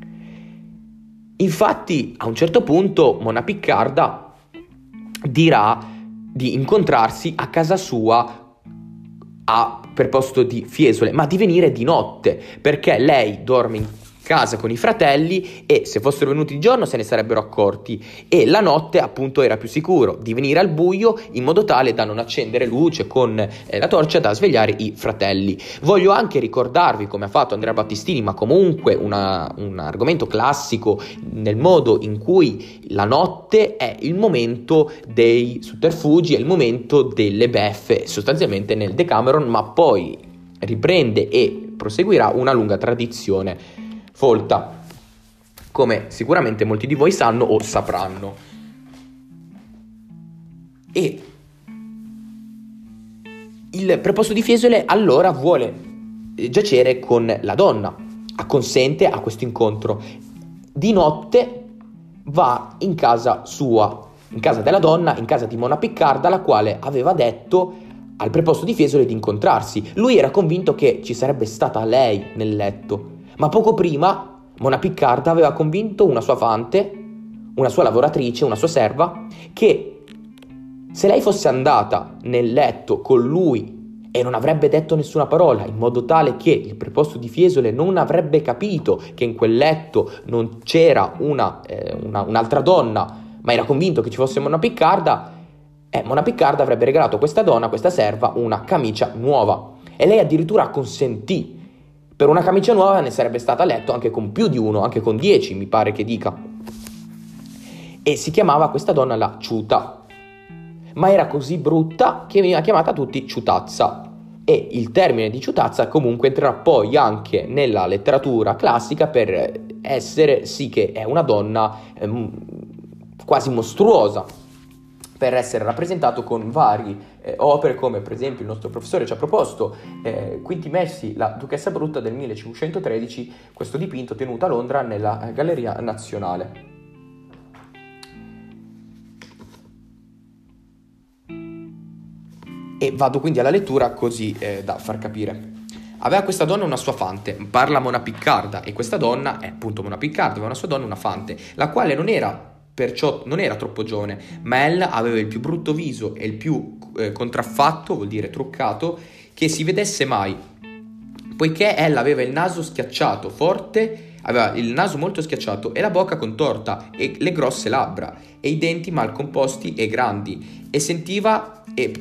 [SPEAKER 1] Infatti, a un certo punto, Monna Piccarda dirà di incontrarsi a casa sua a preposto di Fiesole, ma di venire di notte, perché lei dorme in casa con i fratelli e se fossero venuti di giorno se ne sarebbero accorti, e la notte appunto era più sicuro di venire al buio in modo tale da non accendere luce con la torcia da svegliare i fratelli. Voglio anche ricordarvi, come ha fatto Andrea Battistini, ma comunque un argomento classico, nel modo in cui la notte è il momento dei sotterfugi, è il momento delle beffe, sostanzialmente nel Decameron, ma poi riprende e proseguirà una lunga tradizione folta, come sicuramente molti di voi sanno o sapranno. E il preposto di Fiesole allora vuole giacere con la donna, acconsente a questo incontro. Di notte va in casa sua, in casa della donna, in casa di Monna Piccarda, la quale aveva detto al preposto di Fiesole di incontrarsi. Lui era convinto che ci sarebbe stata lei nel letto, ma poco prima Monna Piccarda aveva convinto una sua fante, una sua lavoratrice, una sua serva, che se lei fosse andata nel letto con lui e non avrebbe detto nessuna parola, in modo tale che il preposto di Fiesole non avrebbe capito che in quel letto non c'era un'altra donna, ma era convinto che ci fosse Monna Piccarda, Monna Piccarda avrebbe regalato a questa donna, a questa serva, una camicia nuova. E lei addirittura consentì. Per una camicia nuova ne sarebbe stata a letto anche con più di uno, anche con 10 mi pare che dica. E si chiamava questa donna la Ciuta, ma era così brutta che veniva chiamata a tutti Ciutazza. e il termine di ciutazza comunque entrerà poi anche nella letteratura classica per essere sì che è una donna quasi mostruosa, per essere rappresentato con varie opere, come per esempio il nostro professore ci ha proposto Quinti Messi, la Duchessa Brutta del 1513, questo dipinto tenuto a Londra nella Galleria Nazionale. E vado quindi alla lettura così da far capire. Aveva questa donna una sua fante, parla Mona Piccarda, e questa donna è appunto Mona Piccarda, aveva una sua donna, una fante, la quale non era troppo giovane, ma ella aveva il più brutto viso e il più contraffatto, vuol dire truccato, che si vedesse mai, poiché ella aveva il naso schiacciato, forte, aveva il naso molto schiacciato e la bocca contorta e le grosse labbra e i denti mal composti e grandi, e sentiva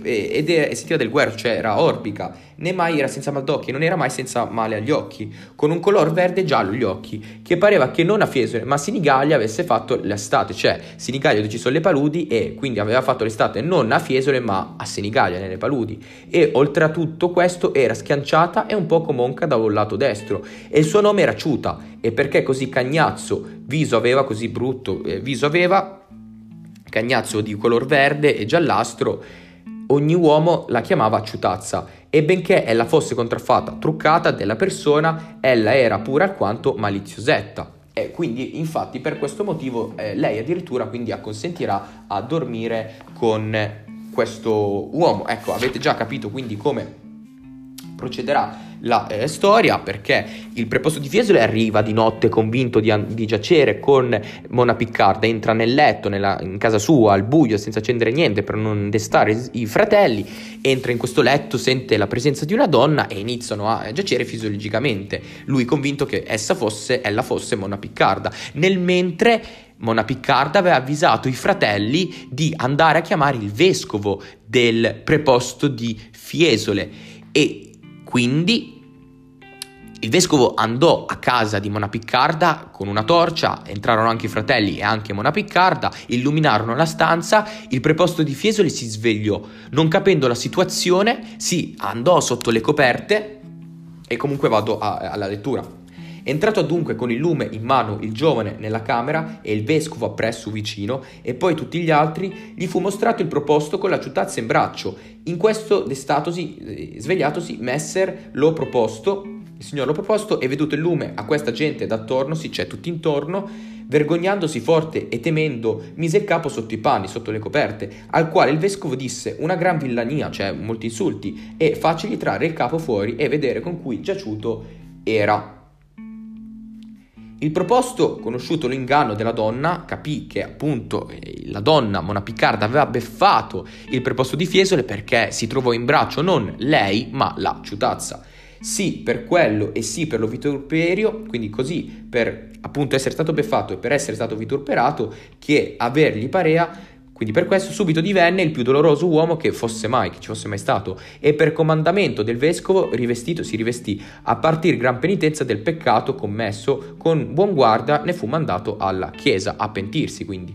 [SPEAKER 1] del guerro, cioè era orbica, né mai era senza mal d'occhi, non era mai senza male agli occhi, con un color verde giallo gli occhi, che pareva che non a Fiesole ma a Sinigaglia avesse fatto l'estate, cioè Sinigaglia dove ci sono le paludi, e quindi aveva fatto l'estate non a Fiesole ma a Sinigaglia nelle paludi, e oltre a tutto questo era schianciata e un poco monca da un lato destro, e il suo nome era Ciuta, e perché così cagnazzo viso aveva, così brutto viso aveva, cagnazzo di color verde e giallastro, ogni uomo la chiamava Ciutazza, e benché ella fosse contraffatta, truccata della persona, ella era pure alquanto maliziosetta. E quindi infatti per questo motivo lei addirittura quindi acconsentirà a dormire con questo uomo. Ecco, avete già capito quindi come procederà la storia, perché il preposto di Fiesole arriva di notte convinto di giacere con Mona Piccarda, entra nel letto in casa sua al buio senza accendere niente per non destare i fratelli, entra in questo letto, sente la presenza di una donna e iniziano a giacere fisiologicamente, lui convinto che ella fosse Mona Piccarda, nel mentre Mona Piccarda aveva avvisato i fratelli di andare a chiamare il vescovo del preposto di Fiesole, e quindi il vescovo andò a casa di Mona Piccarda con una torcia, entrarono anche i fratelli e anche Mona Piccarda, illuminarono la stanza, il preposto di Fiesole si svegliò, non capendo la situazione, si andò sotto le coperte, e comunque vado alla lettura. Entrato dunque con il lume in mano il giovane nella camera e il vescovo appresso vicino e poi tutti gli altri, gli fu mostrato il proposto con la ciutazza in braccio. In questo destatosi, svegliatosi, messer lo proposto, il signor lo proposto, e veduto il lume a questa gente d'attorno, cioè tutti intorno, vergognandosi forte e temendo, mise il capo sotto i panni, sotto le coperte, al quale il vescovo disse una gran villania, cioè molti insulti, e facegli trarre il capo fuori e vedere con cui giaciuto era. Il proposto, conosciuto l'inganno della donna, capì che appunto la donna Mona Piccarda aveva beffato il preposto di Fiesole, perché si trovò in braccio non lei ma la ciutazza. Sì per quello e sì per lo vituperio, quindi così per appunto essere stato beffato e per essere stato vituperato, che avergli parea. Quindi per questo subito divenne il più doloroso uomo che ci fosse mai stato, e per comandamento del vescovo si rivestì, a partir gran penitenza del peccato commesso, con buon guarda ne fu mandato alla chiesa a pentirsi quindi.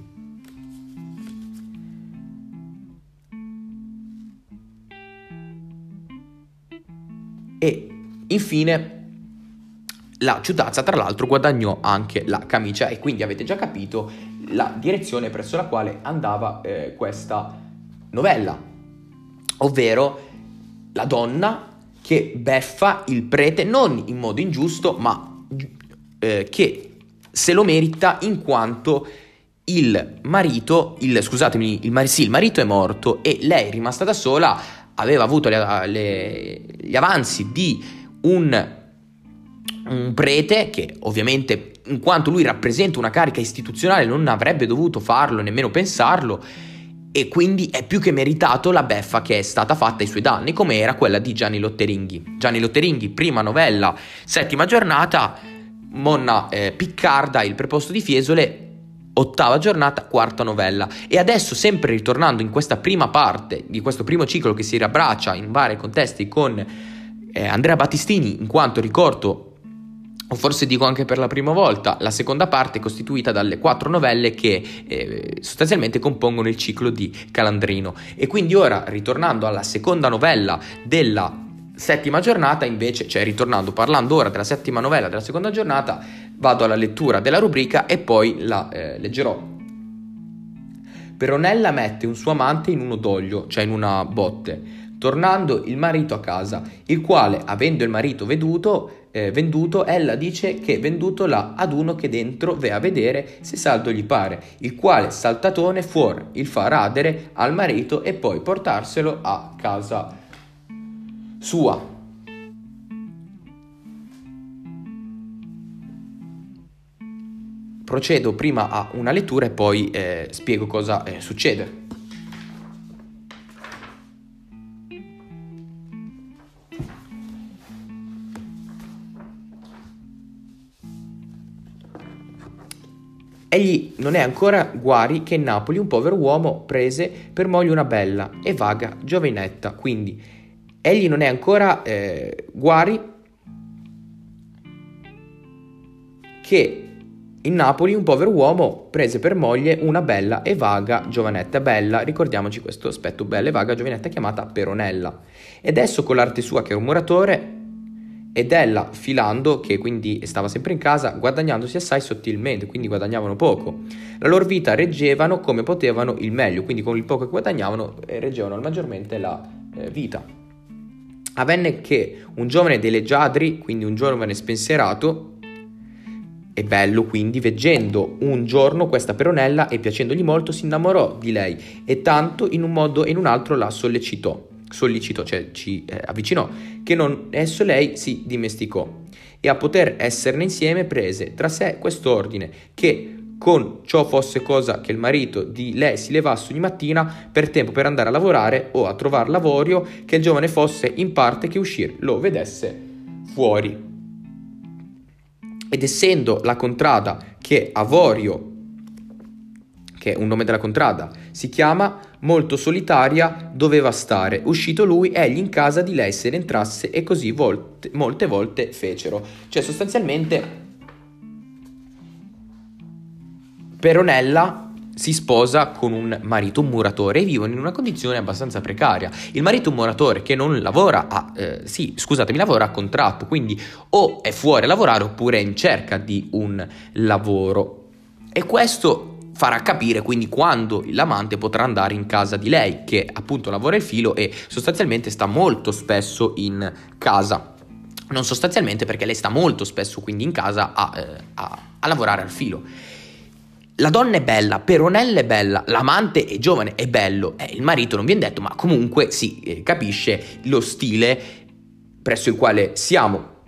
[SPEAKER 1] E infine la ciutazza tra l'altro guadagnò anche la camicia, e quindi avete già capito la direzione presso la quale andava questa novella, ovvero la donna che beffa il prete non in modo ingiusto, ma che se lo merita, in quanto il marito è morto e lei, rimasta da sola, aveva avuto gli avanzi di un prete che ovviamente, in quanto lui rappresenta una carica istituzionale, non avrebbe dovuto farlo, nemmeno pensarlo, e quindi è più che meritato la beffa che è stata fatta ai suoi danni, come era quella di Gianni Lotteringhi. Gianni Lotteringhi, prima novella, settima giornata, Mona Piccarda, il preposto di Fiesole, ottava giornata, quarta novella. E adesso, sempre ritornando in questa prima parte di questo primo ciclo che si riabbraccia in vari contesti con Andrea Battistini, in quanto ricordo, o forse dico anche per la prima volta, la seconda parte è costituita dalle 4 novelle che sostanzialmente compongono il ciclo di Calandrino. E quindi ora, ritornando alla seconda novella della settima giornata invece, cioè ritornando, parlando ora della settima novella della seconda giornata, vado alla lettura della rubrica e poi la leggerò. Peronella mette un suo amante in un odoglio, cioè in una botte, tornando il marito a casa, il quale, avendo il marito venduto, ella dice che vendutolo ad uno che dentro ve a vedere se saldo gli pare, il quale saltatone fuor il fa radere al marito e poi portarselo a casa sua. Procedo prima a una lettura e poi spiego cosa succede. Egli non è ancora guari che in Napoli un povero uomo prese per moglie una bella e vaga giovinetta. Quindi egli non è ancora guari che in Napoli un povero uomo prese per moglie una bella e vaga giovanetta. Bella, ricordiamoci questo aspetto, bella e vaga giovanetta chiamata Peronella. Ed esso con l'arte sua che è un muratore, ed ella filando, che quindi stava sempre in casa, guadagnandosi assai sottilmente, quindi guadagnavano poco. La loro vita reggevano come potevano il meglio, quindi con il poco che guadagnavano reggevano maggiormente la vita. Avvenne che un giovane dei leggiadri, quindi un giovane spensierato, e bello, quindi veggendo un giorno questa Peronella e piacendogli molto si innamorò di lei e tanto in un modo e in un altro la sollecitò, cioè ci avvicinò, che non esso lei si dimesticò e a poter esserne insieme prese tra sé quest'ordine, che con ciò fosse cosa che il marito di lei si levasse ogni mattina per tempo per andare a lavorare o a trovar lavorio, che il giovane fosse in parte che uscir lo vedesse fuori. Ed essendo la contrada che Avorio, che è un nome della contrada, si chiama, molto solitaria doveva stare. Uscito lui, egli in casa di lei se ne entrasse e così molte volte fecero. Cioè sostanzialmente Peronella si sposa con un marito, un muratore, e vivono in una condizione abbastanza precaria. Il marito, un muratore che non lavora lavora a contratto, quindi o è fuori a lavorare oppure è in cerca di un lavoro. E questo farà capire quindi quando l'amante potrà andare in casa di lei, che appunto lavora il filo e sostanzialmente sta molto spesso in casa. Non sostanzialmente, perché lei sta molto spesso quindi in casa a lavorare al filo. La donna è bella, Peronella è bella, l'amante è giovane, è bello, il marito non viene detto, ma comunque si capisce lo stile presso il quale siamo,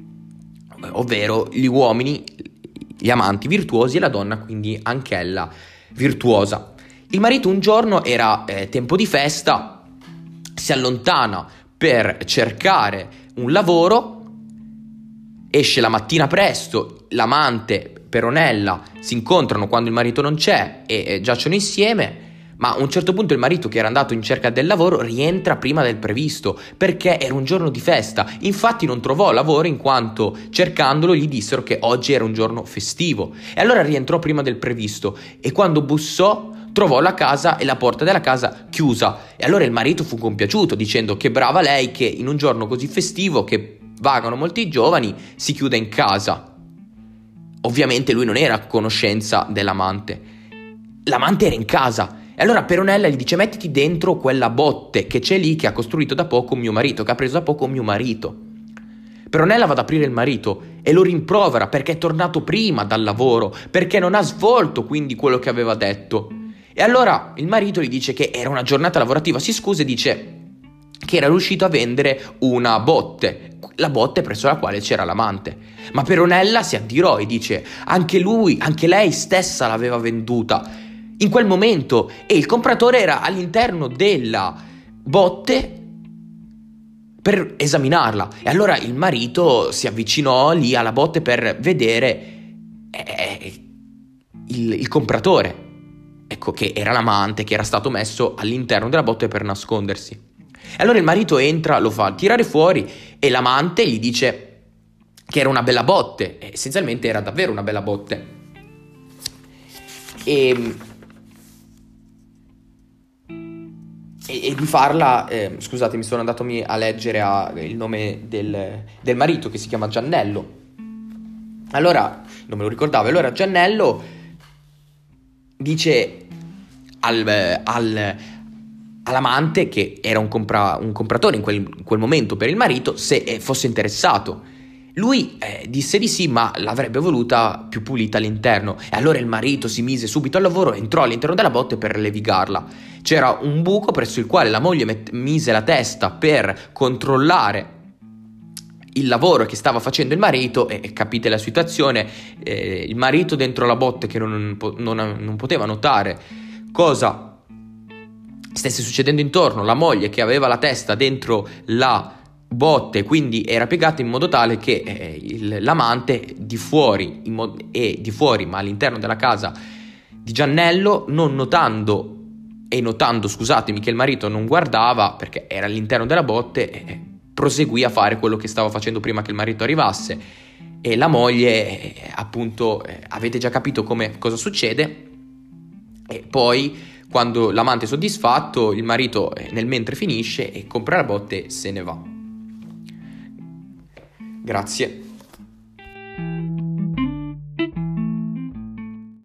[SPEAKER 1] ovvero gli uomini, gli amanti virtuosi e la donna quindi anch'ella virtuosa. Il marito un giorno era tempo di festa, si allontana per cercare un lavoro, esce la mattina presto, l'amante Peronella si incontrano quando il marito non c'è e giacciono insieme, ma a un certo punto il marito, che era andato in cerca del lavoro, rientra prima del previsto perché era un giorno di festa. Infatti non trovò lavoro in quanto cercandolo gli dissero che oggi era un giorno festivo e allora rientrò prima del previsto e quando bussò trovò la casa e la porta della casa chiusa e allora il marito fu compiaciuto dicendo che brava lei che in un giorno così festivo che vagano molti giovani si chiude in casa. Ovviamente lui non era a conoscenza dell'amante, l'amante era in casa e allora Peronella gli dice: mettiti dentro quella botte che c'è lì, che ha costruito da poco mio marito, che ha preso da poco mio marito. Peronella va ad aprire il marito e lo rimprovera perché è tornato prima dal lavoro, perché non ha svolto quindi quello che aveva detto. E allora il marito gli dice che era una giornata lavorativa, si scusa e dice che era riuscito a vendere una botte, la botte presso la quale c'era l'amante. Ma Peronella si addirò e dice: anche lei stessa l'aveva venduta in quel momento e il compratore era all'interno della botte per esaminarla. E allora il marito si avvicinò lì alla botte per vedere il compratore, ecco, che era l'amante che era stato messo all'interno della botte per nascondersi. E allora il marito entra, lo fa tirare fuori e l'amante gli dice che era una bella botte, e essenzialmente era davvero una bella botte. E di farla, scusatemi, sono andatomi a leggere il nome del marito, che si chiama Giannello. Allora, non me lo ricordavo, allora Giannello dice all'amante, che era un compratore in quel momento per il marito, se fosse interessato. Lui disse di sì, ma l'avrebbe voluta più pulita all'interno. E allora il marito si mise subito al lavoro, entrò all'interno della botte per levigarla. C'era un buco presso il quale la moglie mise la testa per controllare il lavoro che stava facendo il marito, e capite la situazione, il marito dentro la botte che non poteva notare cosa stesse succedendo intorno, la moglie che aveva la testa dentro la botte, quindi era piegata in modo tale che l'amante di fuori, ma all'interno della casa di Giannello, notando, scusatemi, che il marito non guardava perché era all'interno della botte, proseguì a fare quello che stava facendo prima che il marito arrivasse. E la moglie, appunto, avete già capito cosa succede. E poi, quando l'amante è soddisfatto, il marito nel mentre finisce e compra la botte e se ne va. Grazie.